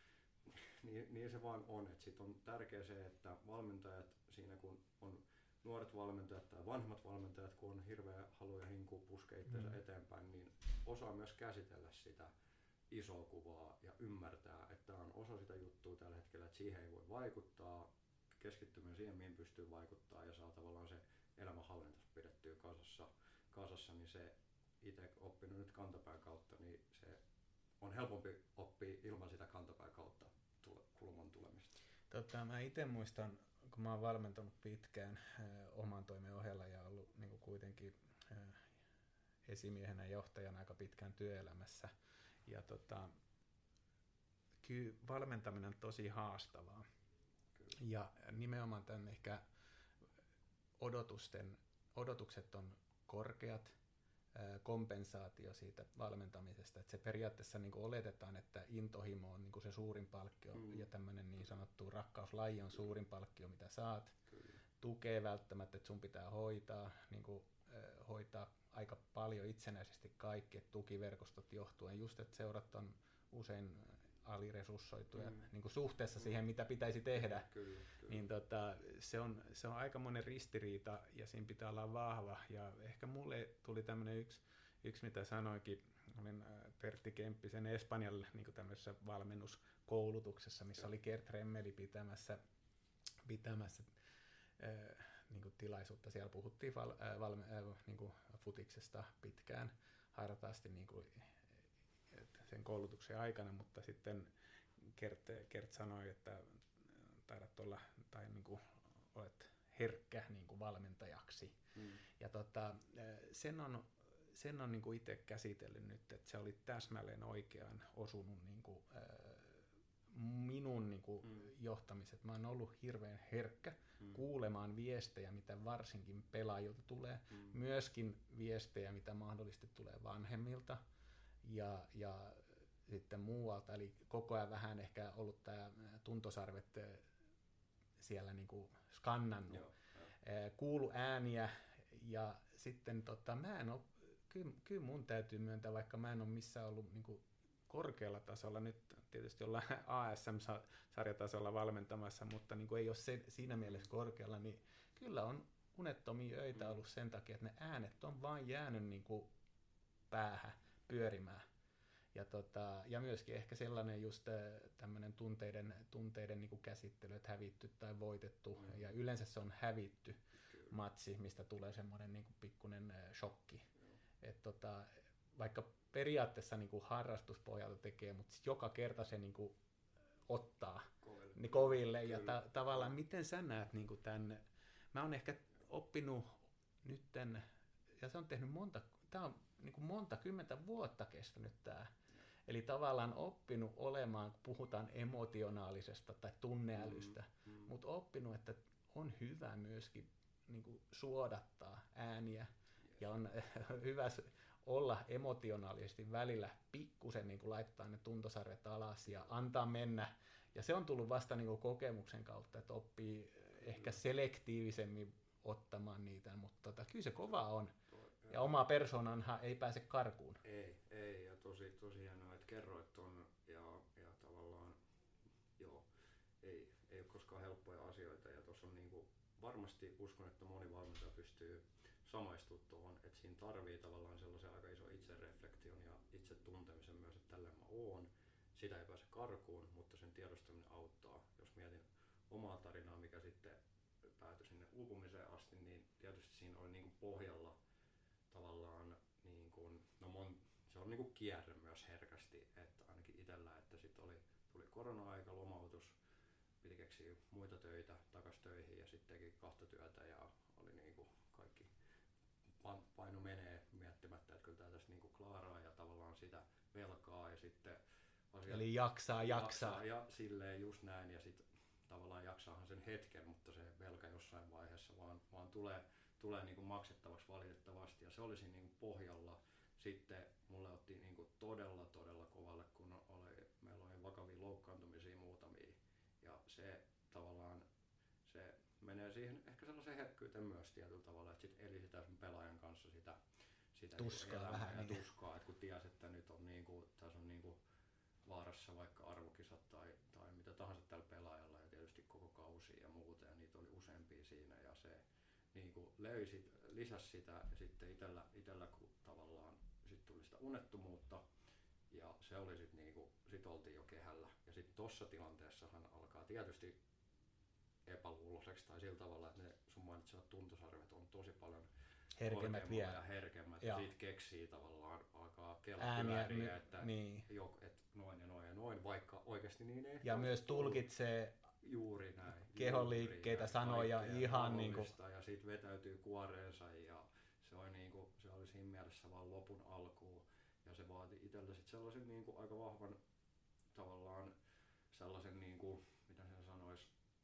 niin, niin se vaan on, että sitten on tärkeää se, että valmentajat siinä kun on nuoret valmentajat tai vanhemmat valmentajat, kun on hirveä halu ja hinku puskea itseänsä mm. eteenpäin, niin osaa myös käsitellä sitä isoa kuvaa ja ymmärtää, että on osa sitä juttua tällä hetkellä, että siihen ei voi vaikuttaa, keskittymään siihen, mihin pystyy vaikuttaa ja saa tavallaan se elämänhallinta pidettyä kasassa, kasassa, niin se itse oppinut nyt kantapään kautta, niin se on helpompi oppia ilman sitä kantapään kautta kulman tulemista. Tota, mä itse muistan, kun mä oon valmentanut pitkään äh, oman toimen ohella ja ollut niin kuin kuitenkin äh, esimiehenä ja johtajana aika pitkään työelämässä. ja tota, kyllä valmentaminen on tosi haastavaa. Kyllä. Ja nimenomaan tämän ehkä odotusten, odotukset on korkeat, kompensaatio siitä valmentamisesta, että se periaatteessa niin kuin oletetaan, että intohimo on niin kuin se suurin palkkio mm. ja tämmöinen niin sanottu rakkauslaji on suurin palkkio, mitä saat. Kyllä. Tukee välttämättä, että sun pitää hoitaa, niin kuin, äh, hoitaa aika paljon itsenäisesti kaikki, että tukiverkostot johtuen, just että seurat on usein aliresurssoituja mm. niin kuin suhteessa mm. siihen, mitä pitäisi tehdä, kyllä, kyllä. Niin tota, se, on, se on aikamoinen ristiriita ja siinä pitää olla vahva. Ja ehkä mulle tuli tämmöinen yksi, yksi mitä sanoinkin, olin Pertti Kemppisen Espanjalle niin tämmöisessä valmennuskoulutuksessa, missä oli Gert Remmeli pitämässä, pitämässä äh, niin kuin tilaisuutta. Siellä puhuttiin val, äh, valme, äh, niin kuin futiksesta pitkään, hartaasti niin kuin sen koulutuksen aikana, mutta sitten Gert, Gert sanoi, että taidat olla, tai niin kuin olet herkkä niin kuin valmentajaksi. Mm. Ja tota, sen on, sen on niin kuin itse käsitellyt nyt, että se oli täsmälleen oikeaan osunut niin kuin, äh, minun niin kuin mm. johtamiset. Mä oon ollut hirveän herkkä mm. kuulemaan viestejä, mitä varsinkin pelaajilta tulee, mm. myöskin viestejä, mitä mahdollisesti tulee vanhemmilta. Ja, ja sitten muualta, eli koko ajan vähän ehkä ollut tämä tuntosarvet siellä niinku skannannut, joo, joo. Kuulu ääniä ja sitten tota, mä en ole, kyllä, kyllä mun täytyy myöntää, vaikka mä en ole missään ollut niinku korkealla tasolla, nyt tietysti ollaan A S M-sarjatasolla valmentamassa, mutta niinku ei ole se, siinä mielessä korkealla, niin kyllä on unettomia öitä ollut sen takia, että ne äänet on vaan jäänyt niinku päähän pyörimään. Ja, tota, ja myöskin ehkä sellainen just tämmöinen tunteiden, tunteiden niin kuin käsittely, että hävitty tai voitettu. Mm. Ja yleensä se on hävitty Kyllä. matsi, mistä tulee semmoinen niin kuin pikkuinen shokki. Et tota, vaikka periaatteessa niin kuin harrastuspohjalta tekee, mutta joka kerta se niin kuin ottaa koville. Niin koville. Ja ta- tavallaan miten sä näet niin kuin tämän, mä oon ehkä oppinut nytten, ja se on tehnyt monta, tää on niin kuin monta kymmentä vuotta kestänyt tämä. Eli tavallaan oppinut olemaan, kun puhutaan emotionaalisesta tai tunneälystä, mm, mm. mutta oppinut, että on hyvä myöskin niin kuin suodattaa ääniä yes. ja on hyvä olla emotionaalisesti välillä pikkusen niin kuin laittaa ne tuntosarvet alas ja antaa mennä. Ja se on tullut vasta niin kuin kokemuksen kautta, että oppii ehkä selektiivisemmin ottamaan niitä, mutta tota, kyllä se kova on. Ja oma persoonanhan ei pääse karkuun. Ei, ei ja tosi, tosi hienoa, että kerroit ton ja, ja tavallaan joo, ei, ei ole koskaan helppoja asioita ja tuossa on niinku, varmasti uskon, että moni valmentaja pystyy samaistumaan tuohon, että siinä tarvii tavallaan sellaisen aika iso itsereflektion ja itse tuntemisen myös, että tälleen mä oon. Sitä ei pääse karkuun, mutta sen tiedostaminen auttaa. Jos mietin omaa tarinaa, mikä sitten päätyi sinne uupumiseen asti, niin tietysti siinä oli niinku pohjalla tavallaan niin kuin, no mon, se on niin kuin kierre myös herkästi, että ainakin itsellä, että sitten oli, tuli korona-aika, lomautus, piti keksiä muita töitä takas töihin ja sitten teki kahta työtä ja oli niin kuin kaikki paino menee miettimättä, että kyllä tämä tässä niin kuin klaaraa ja tavallaan sitä velkaa ja sitten asiat, eli jaksaa, jaksaa. jaksaa ja silleen just näin ja sitten tavallaan jaksaahan sen hetken, mutta se velka jossain vaiheessa vaan, vaan tulee tulee niin kuin maksettavaksi valitettavasti ja se oli siinä niin kuin pohjalla. Sitten mulle otti niin kuin todella todella kovalle, kun oli, meillä oli vakavia loukkaantumisia muutamia ja se tavallaan se menee siihen ehkä sellaiseen herkkyyteen myös tietyllä tavalla, että sit eli sitä sun pelaajan kanssa sitä, sitä tuskaa vähän ja niin. tuskaa, että kun ties, että nyt on niin kuin, tässä on niin kuin vaarassa vaikka arvokisat tai, tai mitä tahansa tällä pelaajalla ja tietysti koko kausi ja muuta ja niitä oli useampia siinä ja se niin kuin löysi, lisäsi sitä ja sitten itellä, itellä kun tavallaan sit tuli sitä unettomuutta ja se oli sitten niinku, sit oltiin jo kehällä ja sitten tossa tilanteessahan alkaa tietysti epäluuloiseksi tai sillä tavalla, että ne sun mainitsevat tuntosarvet on tosi paljon herkemmät vielä ja herkemmät ja siitä keksii tavallaan, alkaa kela ääniä, pyöriä, että niin. jo, et noin ja noin ja noin, vaikka oikeasti niin ei. Ja myös tulkitsee juuri näin. Kehonliikkeitä, sanoja ihan niinku. Ja siitä vetäytyy kuoreensa ja se oli, niinku, se oli siinä mielessä vaan lopun alkuun. ja se vaati itsellä sit sellaisen niin kuin aika vahvan tavallaan sellaisen, niin kuin, mitä sen sanois,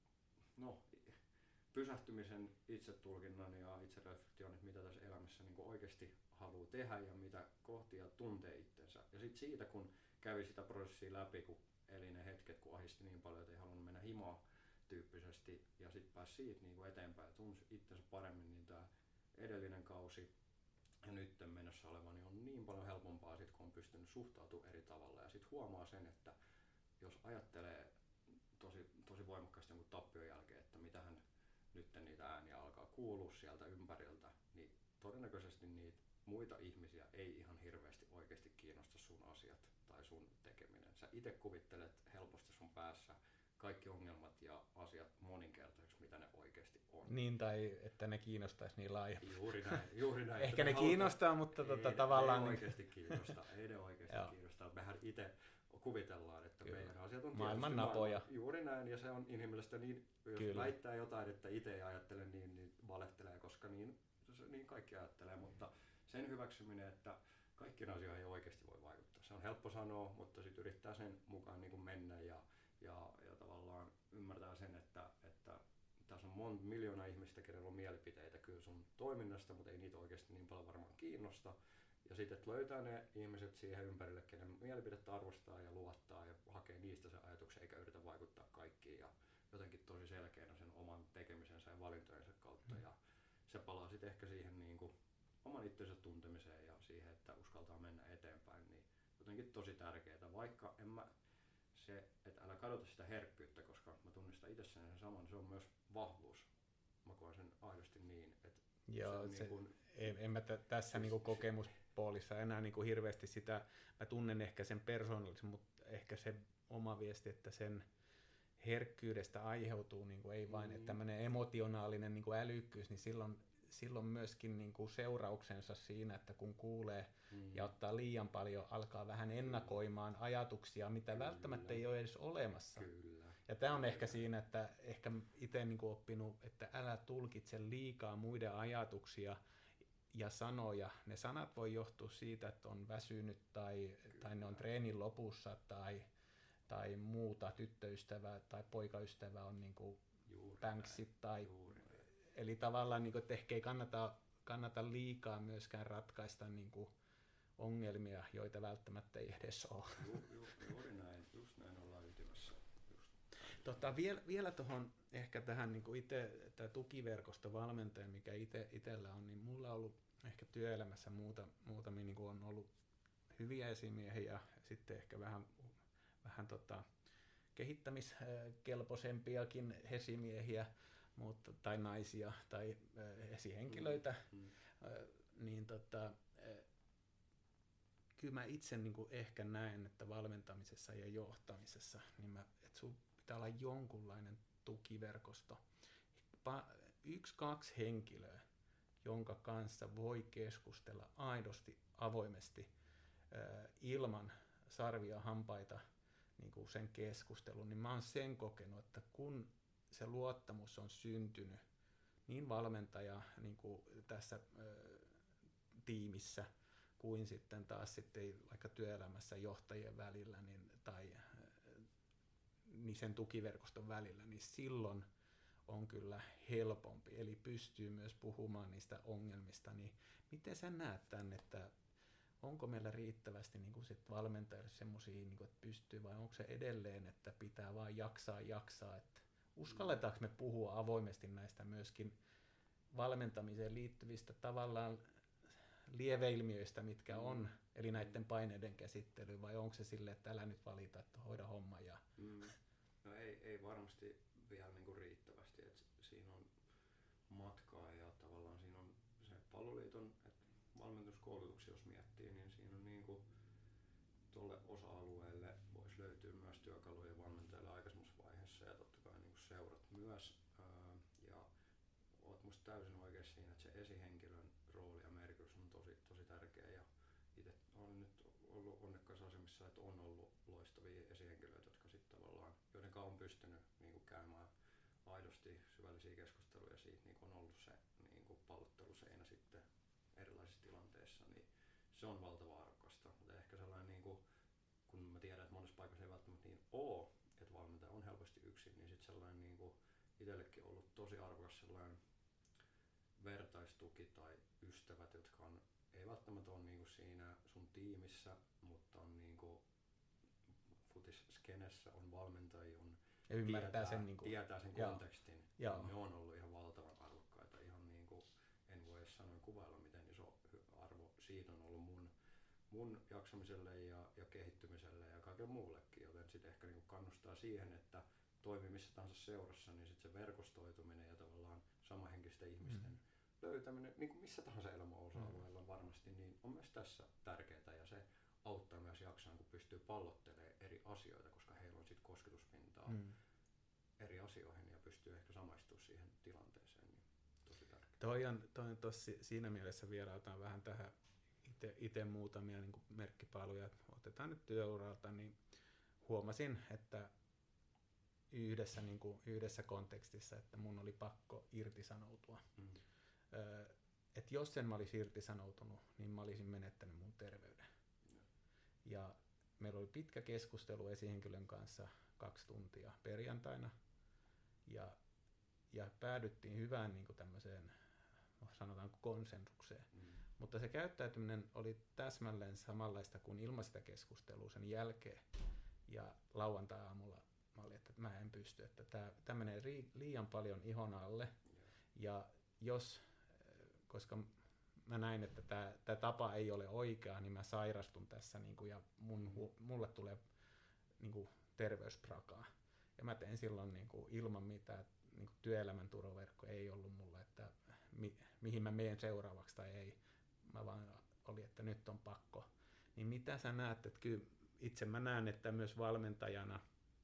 no pysähtymisen, itsetulkinnan ja itsereflektion, että mitä tässä elämässä niin kuin oikeasti haluaa tehdä ja mitä kohtia tuntee itsensä. Ja sitten siitä, kun kävi sitä prosessia läpi, kun eli ne hetket, kun ahisti niin paljon, että ei halunnut mennä himaan tyyppisesti, ja sitten pääsi siitä niin kuin eteenpäin ja tunsi itsensä paremmin, niin tämä edellinen kausi ja nyt menossa oleva niin on niin paljon helpompaa, sit, kun on pystynyt suhtautumaan eri tavalla. Ja sitten huomaa sen, että jos ajattelee tosi, tosi voimakkaasti jonkun tappion jälkeen, että mitähän nyt niitä ääniä alkaa kuulua sieltä ympäriltä, niin todennäköisesti niitä muita ihmisiä ei ihan hirveästi oikeasti kiinnosta sun asiat tai sun tekeminen. Sä itse kuvittelet helposti sun päässä kaikki ongelmat ja asiat moninkertaisesti, mitä ne oikeasti on. Niin, tai että ne kiinnostaisi niin laajemmin. Juuri näin. Juuri näin. Ehkä ne halutaan... kiinnostaa, mutta ei, tota, ne, tavallaan... Ne ei oikeasti kiinnosta. Ei ne oikeasti kiinnostaa. Mehän itse kuvitellaan, että Kyllä. meidän asiat on maailman napoja. Maailman, juuri näin, ja se on inhimillistä niin, jos Kyllä. väittää jotain, että itse ei ajattele niin, niin valehtelee, koska niin, niin kaikki ajattelee, mutta sen hyväksyminen, että kaikkiin asioihin ei oikeasti voi vaikuttaa. Se on helppo sanoa, mutta sitten yrittää sen mukaan niin kuin mennä ja, ja, ja tavallaan ymmärtää sen, että, että tässä on monta miljoonaa ihmistä, kenellä on mielipiteitä kyllä sun toiminnasta, mutta ei niitä oikeasti niin paljon varmaan kiinnosta. Ja sitten, että löytää ne ihmiset siihen ympärille, kenen mielipidettä arvostaa ja luottaa ja hakee niistä se ajatuksen, eikä yritä vaikuttaa kaikkiin ja jotenkin tosi selkeänä sen oman tekemisensä ja valintojensa kautta. Mm. Ja se palaa sitten ehkä siihen niin kuin oman itsensä tuntemiseen ja siihen, että uskaltaa mennä eteenpäin, niin jotenkin tosi tärkeää, vaikka en mä se, että älä kadota sitä herkkyyttä, koska mä tunnistan itsessäni sen saman, se on myös vahvuus. Mä koen sen aidosti niin, että Joo, se on se, niin kuin, en, en mä t- tässä niinku kokemuspoolissa enää niinku hirveästi sitä, mä tunnen ehkä sen persoonallisen, mutta ehkä se oma viesti, että sen herkkyydestä aiheutuu niinku ei vain, mm. että tämmöinen emotionaalinen niinku älykkyys, niin silloin silloin myöskin niinku seurauksensa siinä, että kun kuulee mm. ja ottaa liian paljon, alkaa vähän ennakoimaan ajatuksia, mitä Kyllä. välttämättä ei ole edes olemassa. Kyllä. Ja tämä on ehkä siinä, että ehkä itse niinku oppinut, että älä tulkitse liikaa muiden ajatuksia ja sanoja. Ne sanat voi johtua siitä, että on väsynyt tai, tai ne on treenin lopussa tai, tai muuta, tyttöystävä tai poikaystävä on niinku pänksit tai... Juuri. Eli tavallaan, niin kuin, että ehkä ei kannata, kannata liikaa myöskään ratkaista niin kuin, ongelmia, joita välttämättä ei edes ole. Ju, ju, juuri näin, just näin ollaan ytimessä. Tota, vielä vielä tuohon ehkä tähän niin kuin itse, tämä tukiverkostovalmentaja, mikä ite, itsellä on, niin mulla on ollut ehkä työelämässä muuta, muutamia, niin kuin on ollut hyviä esimiehiä ja sitten ehkä vähän, vähän tota, kehittämiskelpoisempiakin esimiehiä. Mutta, tai naisia tai äh, esihenkilöitä, mm, mm. Äh, niin tota, äh, kyllä mä itse niin kuin ehkä näen, että valmentamisessa ja johtamisessa, niin mä, että sun pitää olla jonkunlainen tukiverkosto. Pa- yksi, kaksi henkilöä, jonka kanssa voi keskustella aidosti, avoimesti, äh, ilman sarvia hampaita niin kuin sen keskustelun, niin mä oon sen kokenut, että kun se luottamus on syntynyt niin valmentaja niin kuin tässä ö, tiimissä kuin sitten taas sitten vaikka työelämässä johtajien välillä niin, tai ö, niin sen tukiverkoston välillä, niin silloin on kyllä helpompi. Eli pystyy myös puhumaan niistä ongelmista. Niin miten sä näet tämän, että onko meillä riittävästi niin kuin sit valmentajille semmoisia, niin kuin, että pystyy vai onko se edelleen, että pitää vaan jaksaa jaksaa, että uskalletaanko me puhua avoimesti näistä myöskin valmentamiseen liittyvistä tavallaan lieveilmiöistä, mitkä on, eli näiden paineiden käsittely, vai onko se sille, että älä nyt valita, että hoida homma ja... Mm. No ei, ei varmasti vielä niinku riittävästi, että siinä on matkaa ja tavallaan siinä on se Palloliiton valmennuskoulutuksia, jos miettii, niin siinä on niinku tuolle osa-alueelle voisi löytyä myös työkaluja valmentajille aikaisemmassa vaiheessa ja totta kai niinku seurat myös. Ää, ja olet musta täysin oikeassa siinä, että se esihenkilön rooli ja merkitys on tosi, tosi tärkeä. Ja itse olen nyt ollut onnekkaassa asemissa, että on ollut loistavia esihenkilöitä, jotka sitten tavallaan, joiden kanssa on pystynyt niinku käymään aidosti syvällisiä keskusteluja siitä, niin on ollut se niinku pallotteluseinä sitten erilaisissa tilanteissa, niin se on valtavan arvokasta. mahdollista, mutta ehkä sellainen, niin kuin, kun mä tiedän, että monessa paikassa ei välttämättä niin ole, että valmentaja on helposti yksin, niin sitten sellainen niin kuin itsellekin ollut tosi arvokas sellainen vertaistuki tai ystävät, jotka on, ei välttämättä ole niin kuin siinä sun tiimissä, mutta on niin kuin futis-skenessä, on valmentajia, on ja ymmärtää tietää, sen, niin kuin, tietää sen joo, kontekstin. Joo. Ne on ollut ihan valtavan arvokkaita. Ihan niin kuin, en voi edes sanoa kuvailla, miten iso arvo siitä on ollut mun, mun jaksamiselle ja, ja kehittymiselle ja kaiken muullekin. Joten sitten ehkä niin kuin kannustaa siihen, että toimii missä tahansa seurassa, niin sitten se verkostoituminen ja tavallaan samahenkisten ihmisten mm. löytäminen, niin kuin missä tahansa elämän osa-alueella mm. varmasti, niin on myös tässä tärkeää. Ja se auttaa myös jaksaan, kun pystyy pallottelemaan eri asioita, koska heillä on sitten kosketuspintaa mm. eri asioihin ja pystyy ehkä samaistumaan siihen tilanteeseen. Niin tosi tärkeää. Toi on, toi on tossa, siinä mielessä vielä otan vähän tähän itse muutamia niin kuin merkkipaaluja. Otetaan nyt työuralta, niin huomasin, että yhdessä, niin kuin, yhdessä kontekstissa, että mun oli pakko irtisanoutua. Mm. Öö, että jos en mä olisi irtisanoutunut, niin mä olisin menettänyt mun terveyden. Mm. Ja meillä oli pitkä keskustelu esihenkilön kanssa kaksi tuntia perjantaina. Ja, ja päädyttiin hyvään niin kuin tämmöiseen, sanotaanko konsensukseen. Mm. Mutta se käyttäytyminen oli täsmälleen samanlaista kuin ilman sitä keskustelua sen jälkeen. Ja lauantai-aamulla mä olin, että mä en pysty, että tämä menee liian paljon ihon alle. Yeah. Ja jos, koska mä näin, että tämä tapa ei ole oikea, niin mä sairastun tässä niin kuin, ja mun, mulle tulee niin kuin, terveysprakaa. Ja mä tein silloin niin kuin, ilman mitään, niin kuin, työelämän turvaverkko ei ollut mulle, että mi, mihin mä menen seuraavaksi tai ei. Mä vaan oli, että nyt on pakko. Niin mitä sä näet, että kyllä itse mä näen, että myös valmentajana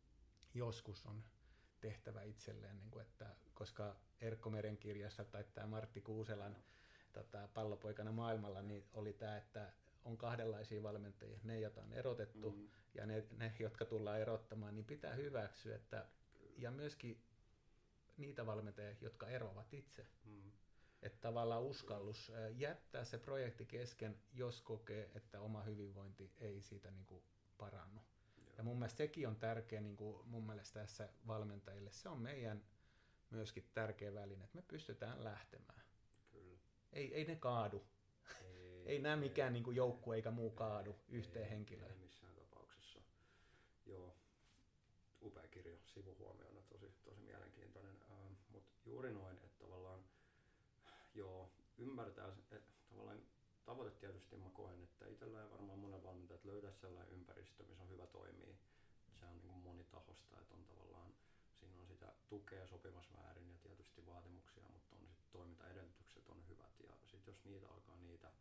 joskus on tehtävä itselleen, niin kuin, että, koska Erkko Merenkirjassa tai tämä Martti Kuuselan tota, Pallopoikana maailmalla niin oli tämä, että on kahdenlaisia valmentajia, ne joita on erotettu mm. ja ne, ne, jotka tullaan erottamaan, niin pitää hyväksyä, että, ja myöskin niitä valmentajia, jotka eroavat itse. Mm. Että tavallaan uskallus jättää se projekti kesken, jos kokee, että oma hyvinvointi ei siitä niin kuin parannu. Ja mun mielestä sekin on tärkeä niin kuin mun mielestä tässä valmentajille. Se on meidän myöskin tärkeä väline, että me pystytään lähtemään. Kyllä. Ei, ei ne kaadu. Ei, ei nämä mikään niin kuin joukkue eikä muu kaadu ei, yhteen ei, henkilöön. Ei missään tapauksessa. Joo, upea kirja sivuhuomiona, tosi, tosi mielenkiintoinen. Uh, Mutta juuri noin, että tavallaan joo, ymmärtää, että tavallaan tavoite tietysti mä koen, että itsellä ja varmaan monen valmentajat löytää sellainen ympäristö, missä on hyvä toimia. Se on niin kuin monitahosta, että on tavallaan, siinä on sitä tukea sopivassa määrin ja tietysti vaatimuksia, mutta on sitten toimintaedellytykset on hyvät. Ja sitten jos niitä alkaa niitä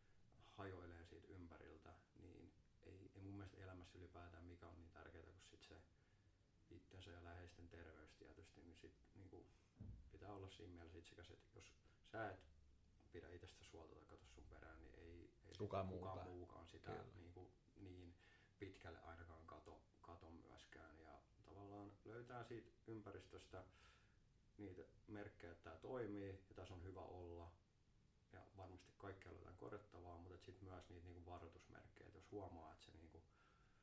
hajoilee siitä ympäriltä, niin ei, ei mun mielestä elämässä ylipäätään mikä on niin tärkeää kuin sit se itsensä ja läheisten terveys tietysti, niin sit niin kuin pitää olla siinä mielessä itsekäs, että jos sä et pidä itsestä suolta tai katso sun perään, niin ei, ei kukaan, kukaan muukaan. muukaan sitä niin, kuin, niin pitkälle ainakaan kato, kato myöskään. Ja tavallaan löytää siitä ympäristöstä niitä merkkejä, että tämä toimii ja tässä on hyvä olla. Ja varmasti kaikkea jotain korjattavaa, mutta sitten myös niitä niin kuin varoitusmerkkejä, että jos huomaa, että se niin kuin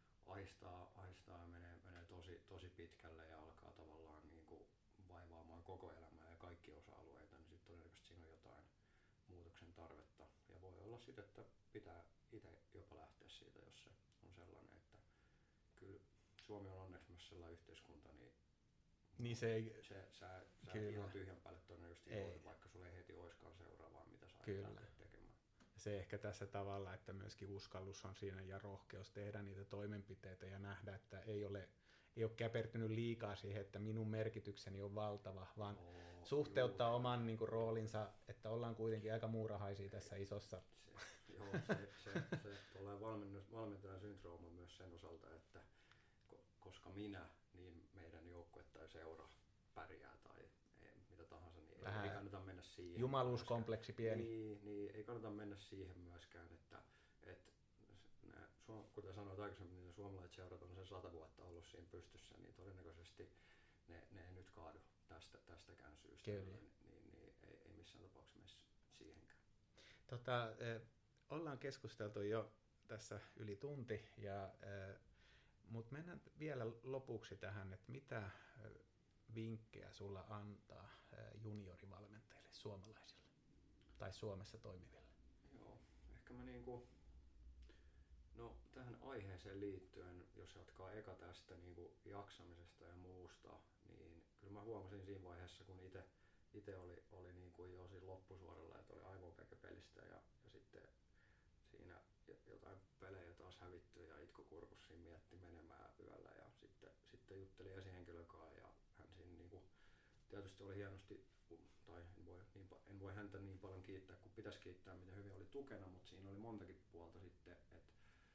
aistaa, aistaa ja menee, menee tosi, tosi pitkälle ja alkaa tavallaan niin kuin vaivaamaan koko elämää ja kaikki osa-alueita, niin sitten todennäköisesti siinä on jotain muutoksen tarvetta. Ja voi olla sitten, että pitää itse jopa lähteä siitä, jos se on sellainen, että kyllä Suomi on onneksi myös sellainen yhteiskunta, niin, niin se ei, se, sä, sä et ihan tyhjän päälle todennäköisesti voi, vaikka sulle ei heti oiskaan seuraavaa, mitä sä lähteä tekemään. Se ehkä tässä tavalla, että myöskin uskallus on siinä ja rohkeus tehdä niitä toimenpiteitä ja nähdä, että ei ole, ei ole käpertynyt liikaa siihen, että minun merkitykseni on valtava, vaan oh, suhteuttaa juu, oman niin kuin, roolinsa, että ollaan kuitenkin aika muurahaisia tässä isossa. Se, joo, se, se, se tulee valmentajan syndrooma myös sen osalta, että koska minä, niin meidän joukkue tai seura pärjää tai ei, mitä tahansa, niin ei, ei kannata mennä siihen. Jumaluuskompleksi pieni. Niin, niin, ei kannata mennä siihen myöskään, että, että ne, kuten sanoit aikaisemmin, niin ne suomalaiset seurat on sen sata vuotta ollut siinä pystyssä, niin todennäköisesti ne, ne ei nyt kaadu tästä, tästäkään syystä, niin, niin, niin ei, ei missään tapauksessa mene siihenkään. Tota, eh, ollaan keskusteltu jo tässä yli tunti, ja, äh, mutta mennään vielä lopuksi tähän, että mitä äh, vinkkejä sulla antaa äh, juniorivalmentajille, suomalaisille tai Suomessa toimiville? Joo, ehkä mä niinku, no tähän aiheeseen liittyen, jos jatkaa eka tästä niinku jaksamisesta ja muusta, niin kyllä mä huomasin siinä vaiheessa, kun ite Itse oli, oli niin kuin jo siinä loppusuoralla, että oli aivopelistä ja, ja sitten siinä jotain pelejä taas hävitty ja itkukurkus siinä mietti menemään yöllä ja sitten, sitten jutteli esihenkilön kanssa ja hän siinä niin kuin, tietysti oli hienosti, tai en voi, niin, en voi häntä niin paljon kiittää kuin pitäisi kiittää, miten hyvin oli tukena, mutta siinä oli montakin puolta sitten, että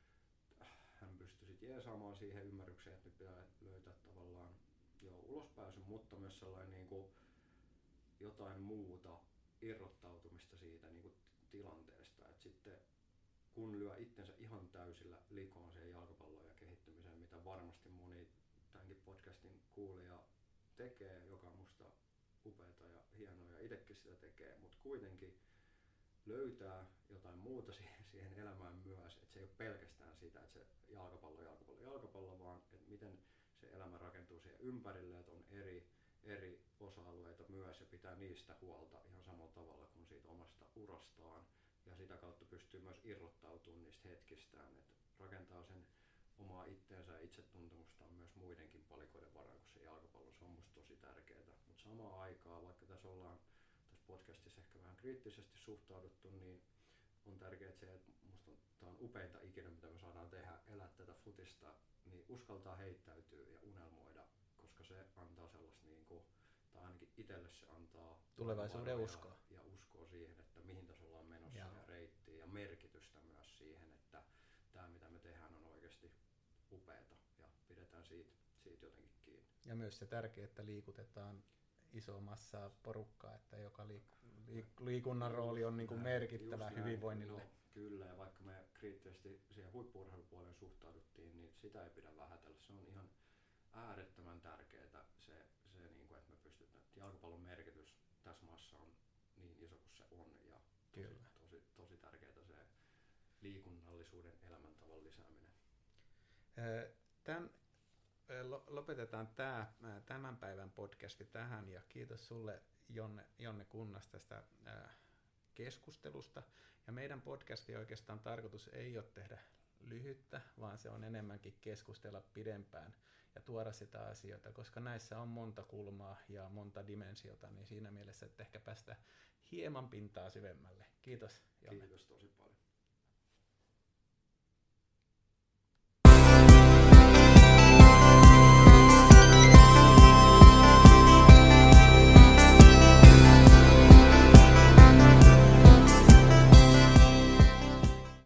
hän pystyi sitten jeesaamaan siihen ymmärrykseen, että nyt pitää löytää tavallaan jo ulospääsy, mutta myös sellainen niin kuin jotain muuta irrottautumista siitä niin kuin tilanteesta, että sitten kun lyö itsensä ihan täysillä likoon siihen jalkapalloon ja kehittymiseen, mitä varmasti moni tämänkin podcastin kuulija tekee, joka on musta upeata ja hienoa ja itsekin sitä tekee, mutta kuitenkin löytää jotain muuta siihen elämään myös, että se ei ole pelkästään sitä, että se jalkapallo, jalkapallo, jalkapallo, vaan että miten se elämä rakentuu siihen ympärille, että on eri eri osa-alueita myös ja pitää niistä huolta ihan samalla tavalla kuin siitä omasta urastaan ja sitä kautta pystyy myös irrottautumaan niistä hetkistään, että rakentaa sen omaa itteensä ja itsetuntemustaan myös muidenkin palikoiden varaan kuin se jalkapallo, se on musta tosi tärkeää, mutta samaan aikaan, vaikka tässä ollaan tässä podcastissa ehkä vähän kriittisesti suhtauduttu, niin on tärkeää se, että musta on, tää on upeinta ikinä, mitä me saadaan tehdä, elää tätä futista, niin uskaltaa heittäytyä ja unelmoida, koska se antaa sellaista, niin kuin, tai ainakin itselle se antaa tulevaisuuden uskoa. Ja, ja uskoa siihen, että mihin tässä ollaan menossa Jaa. ja reittiä ja merkitystä myös siihen, että tämä mitä me tehdään on oikeasti upeata ja pidetään siitä, siitä jotenkin kiinni. Ja myös se tärkeää, että liikutetaan isoa massaa porukkaa, että joka liik- liik- liikunnan rooli on niin kuin merkittävä hyvinvoinnille. No, kyllä, ja vaikka me kriittisesti siihen huippu-urheilupuoleen suhtauduttiin, niin sitä ei pidä vähätellä. Se on ihan äärettömän tärkeää se, se niin kuin, että me pystytään, että jalkapallon merkitys tässä maassa on niin iso kuin se on ja tosi, tosi, tosi tärkeää se liikunnallisuuden elämäntavan lisääminen. Tän, lopetetaan tämä, tämän päivän podcasti tähän ja kiitos sulle Jonne, Jonne Kunnas tästä keskustelusta. Ja meidän podcasti oikeastaan tarkoitus ei ole tehdä lyhyttä, vaan se on enemmänkin keskustella pidempään ja tuoda sitä asioita, koska näissä on monta kulmaa ja monta dimensiota, niin siinä mielessä, että ehkä päästä hieman pintaa syvemmälle. Kiitos, Jonne. Kiitos tosi paljon.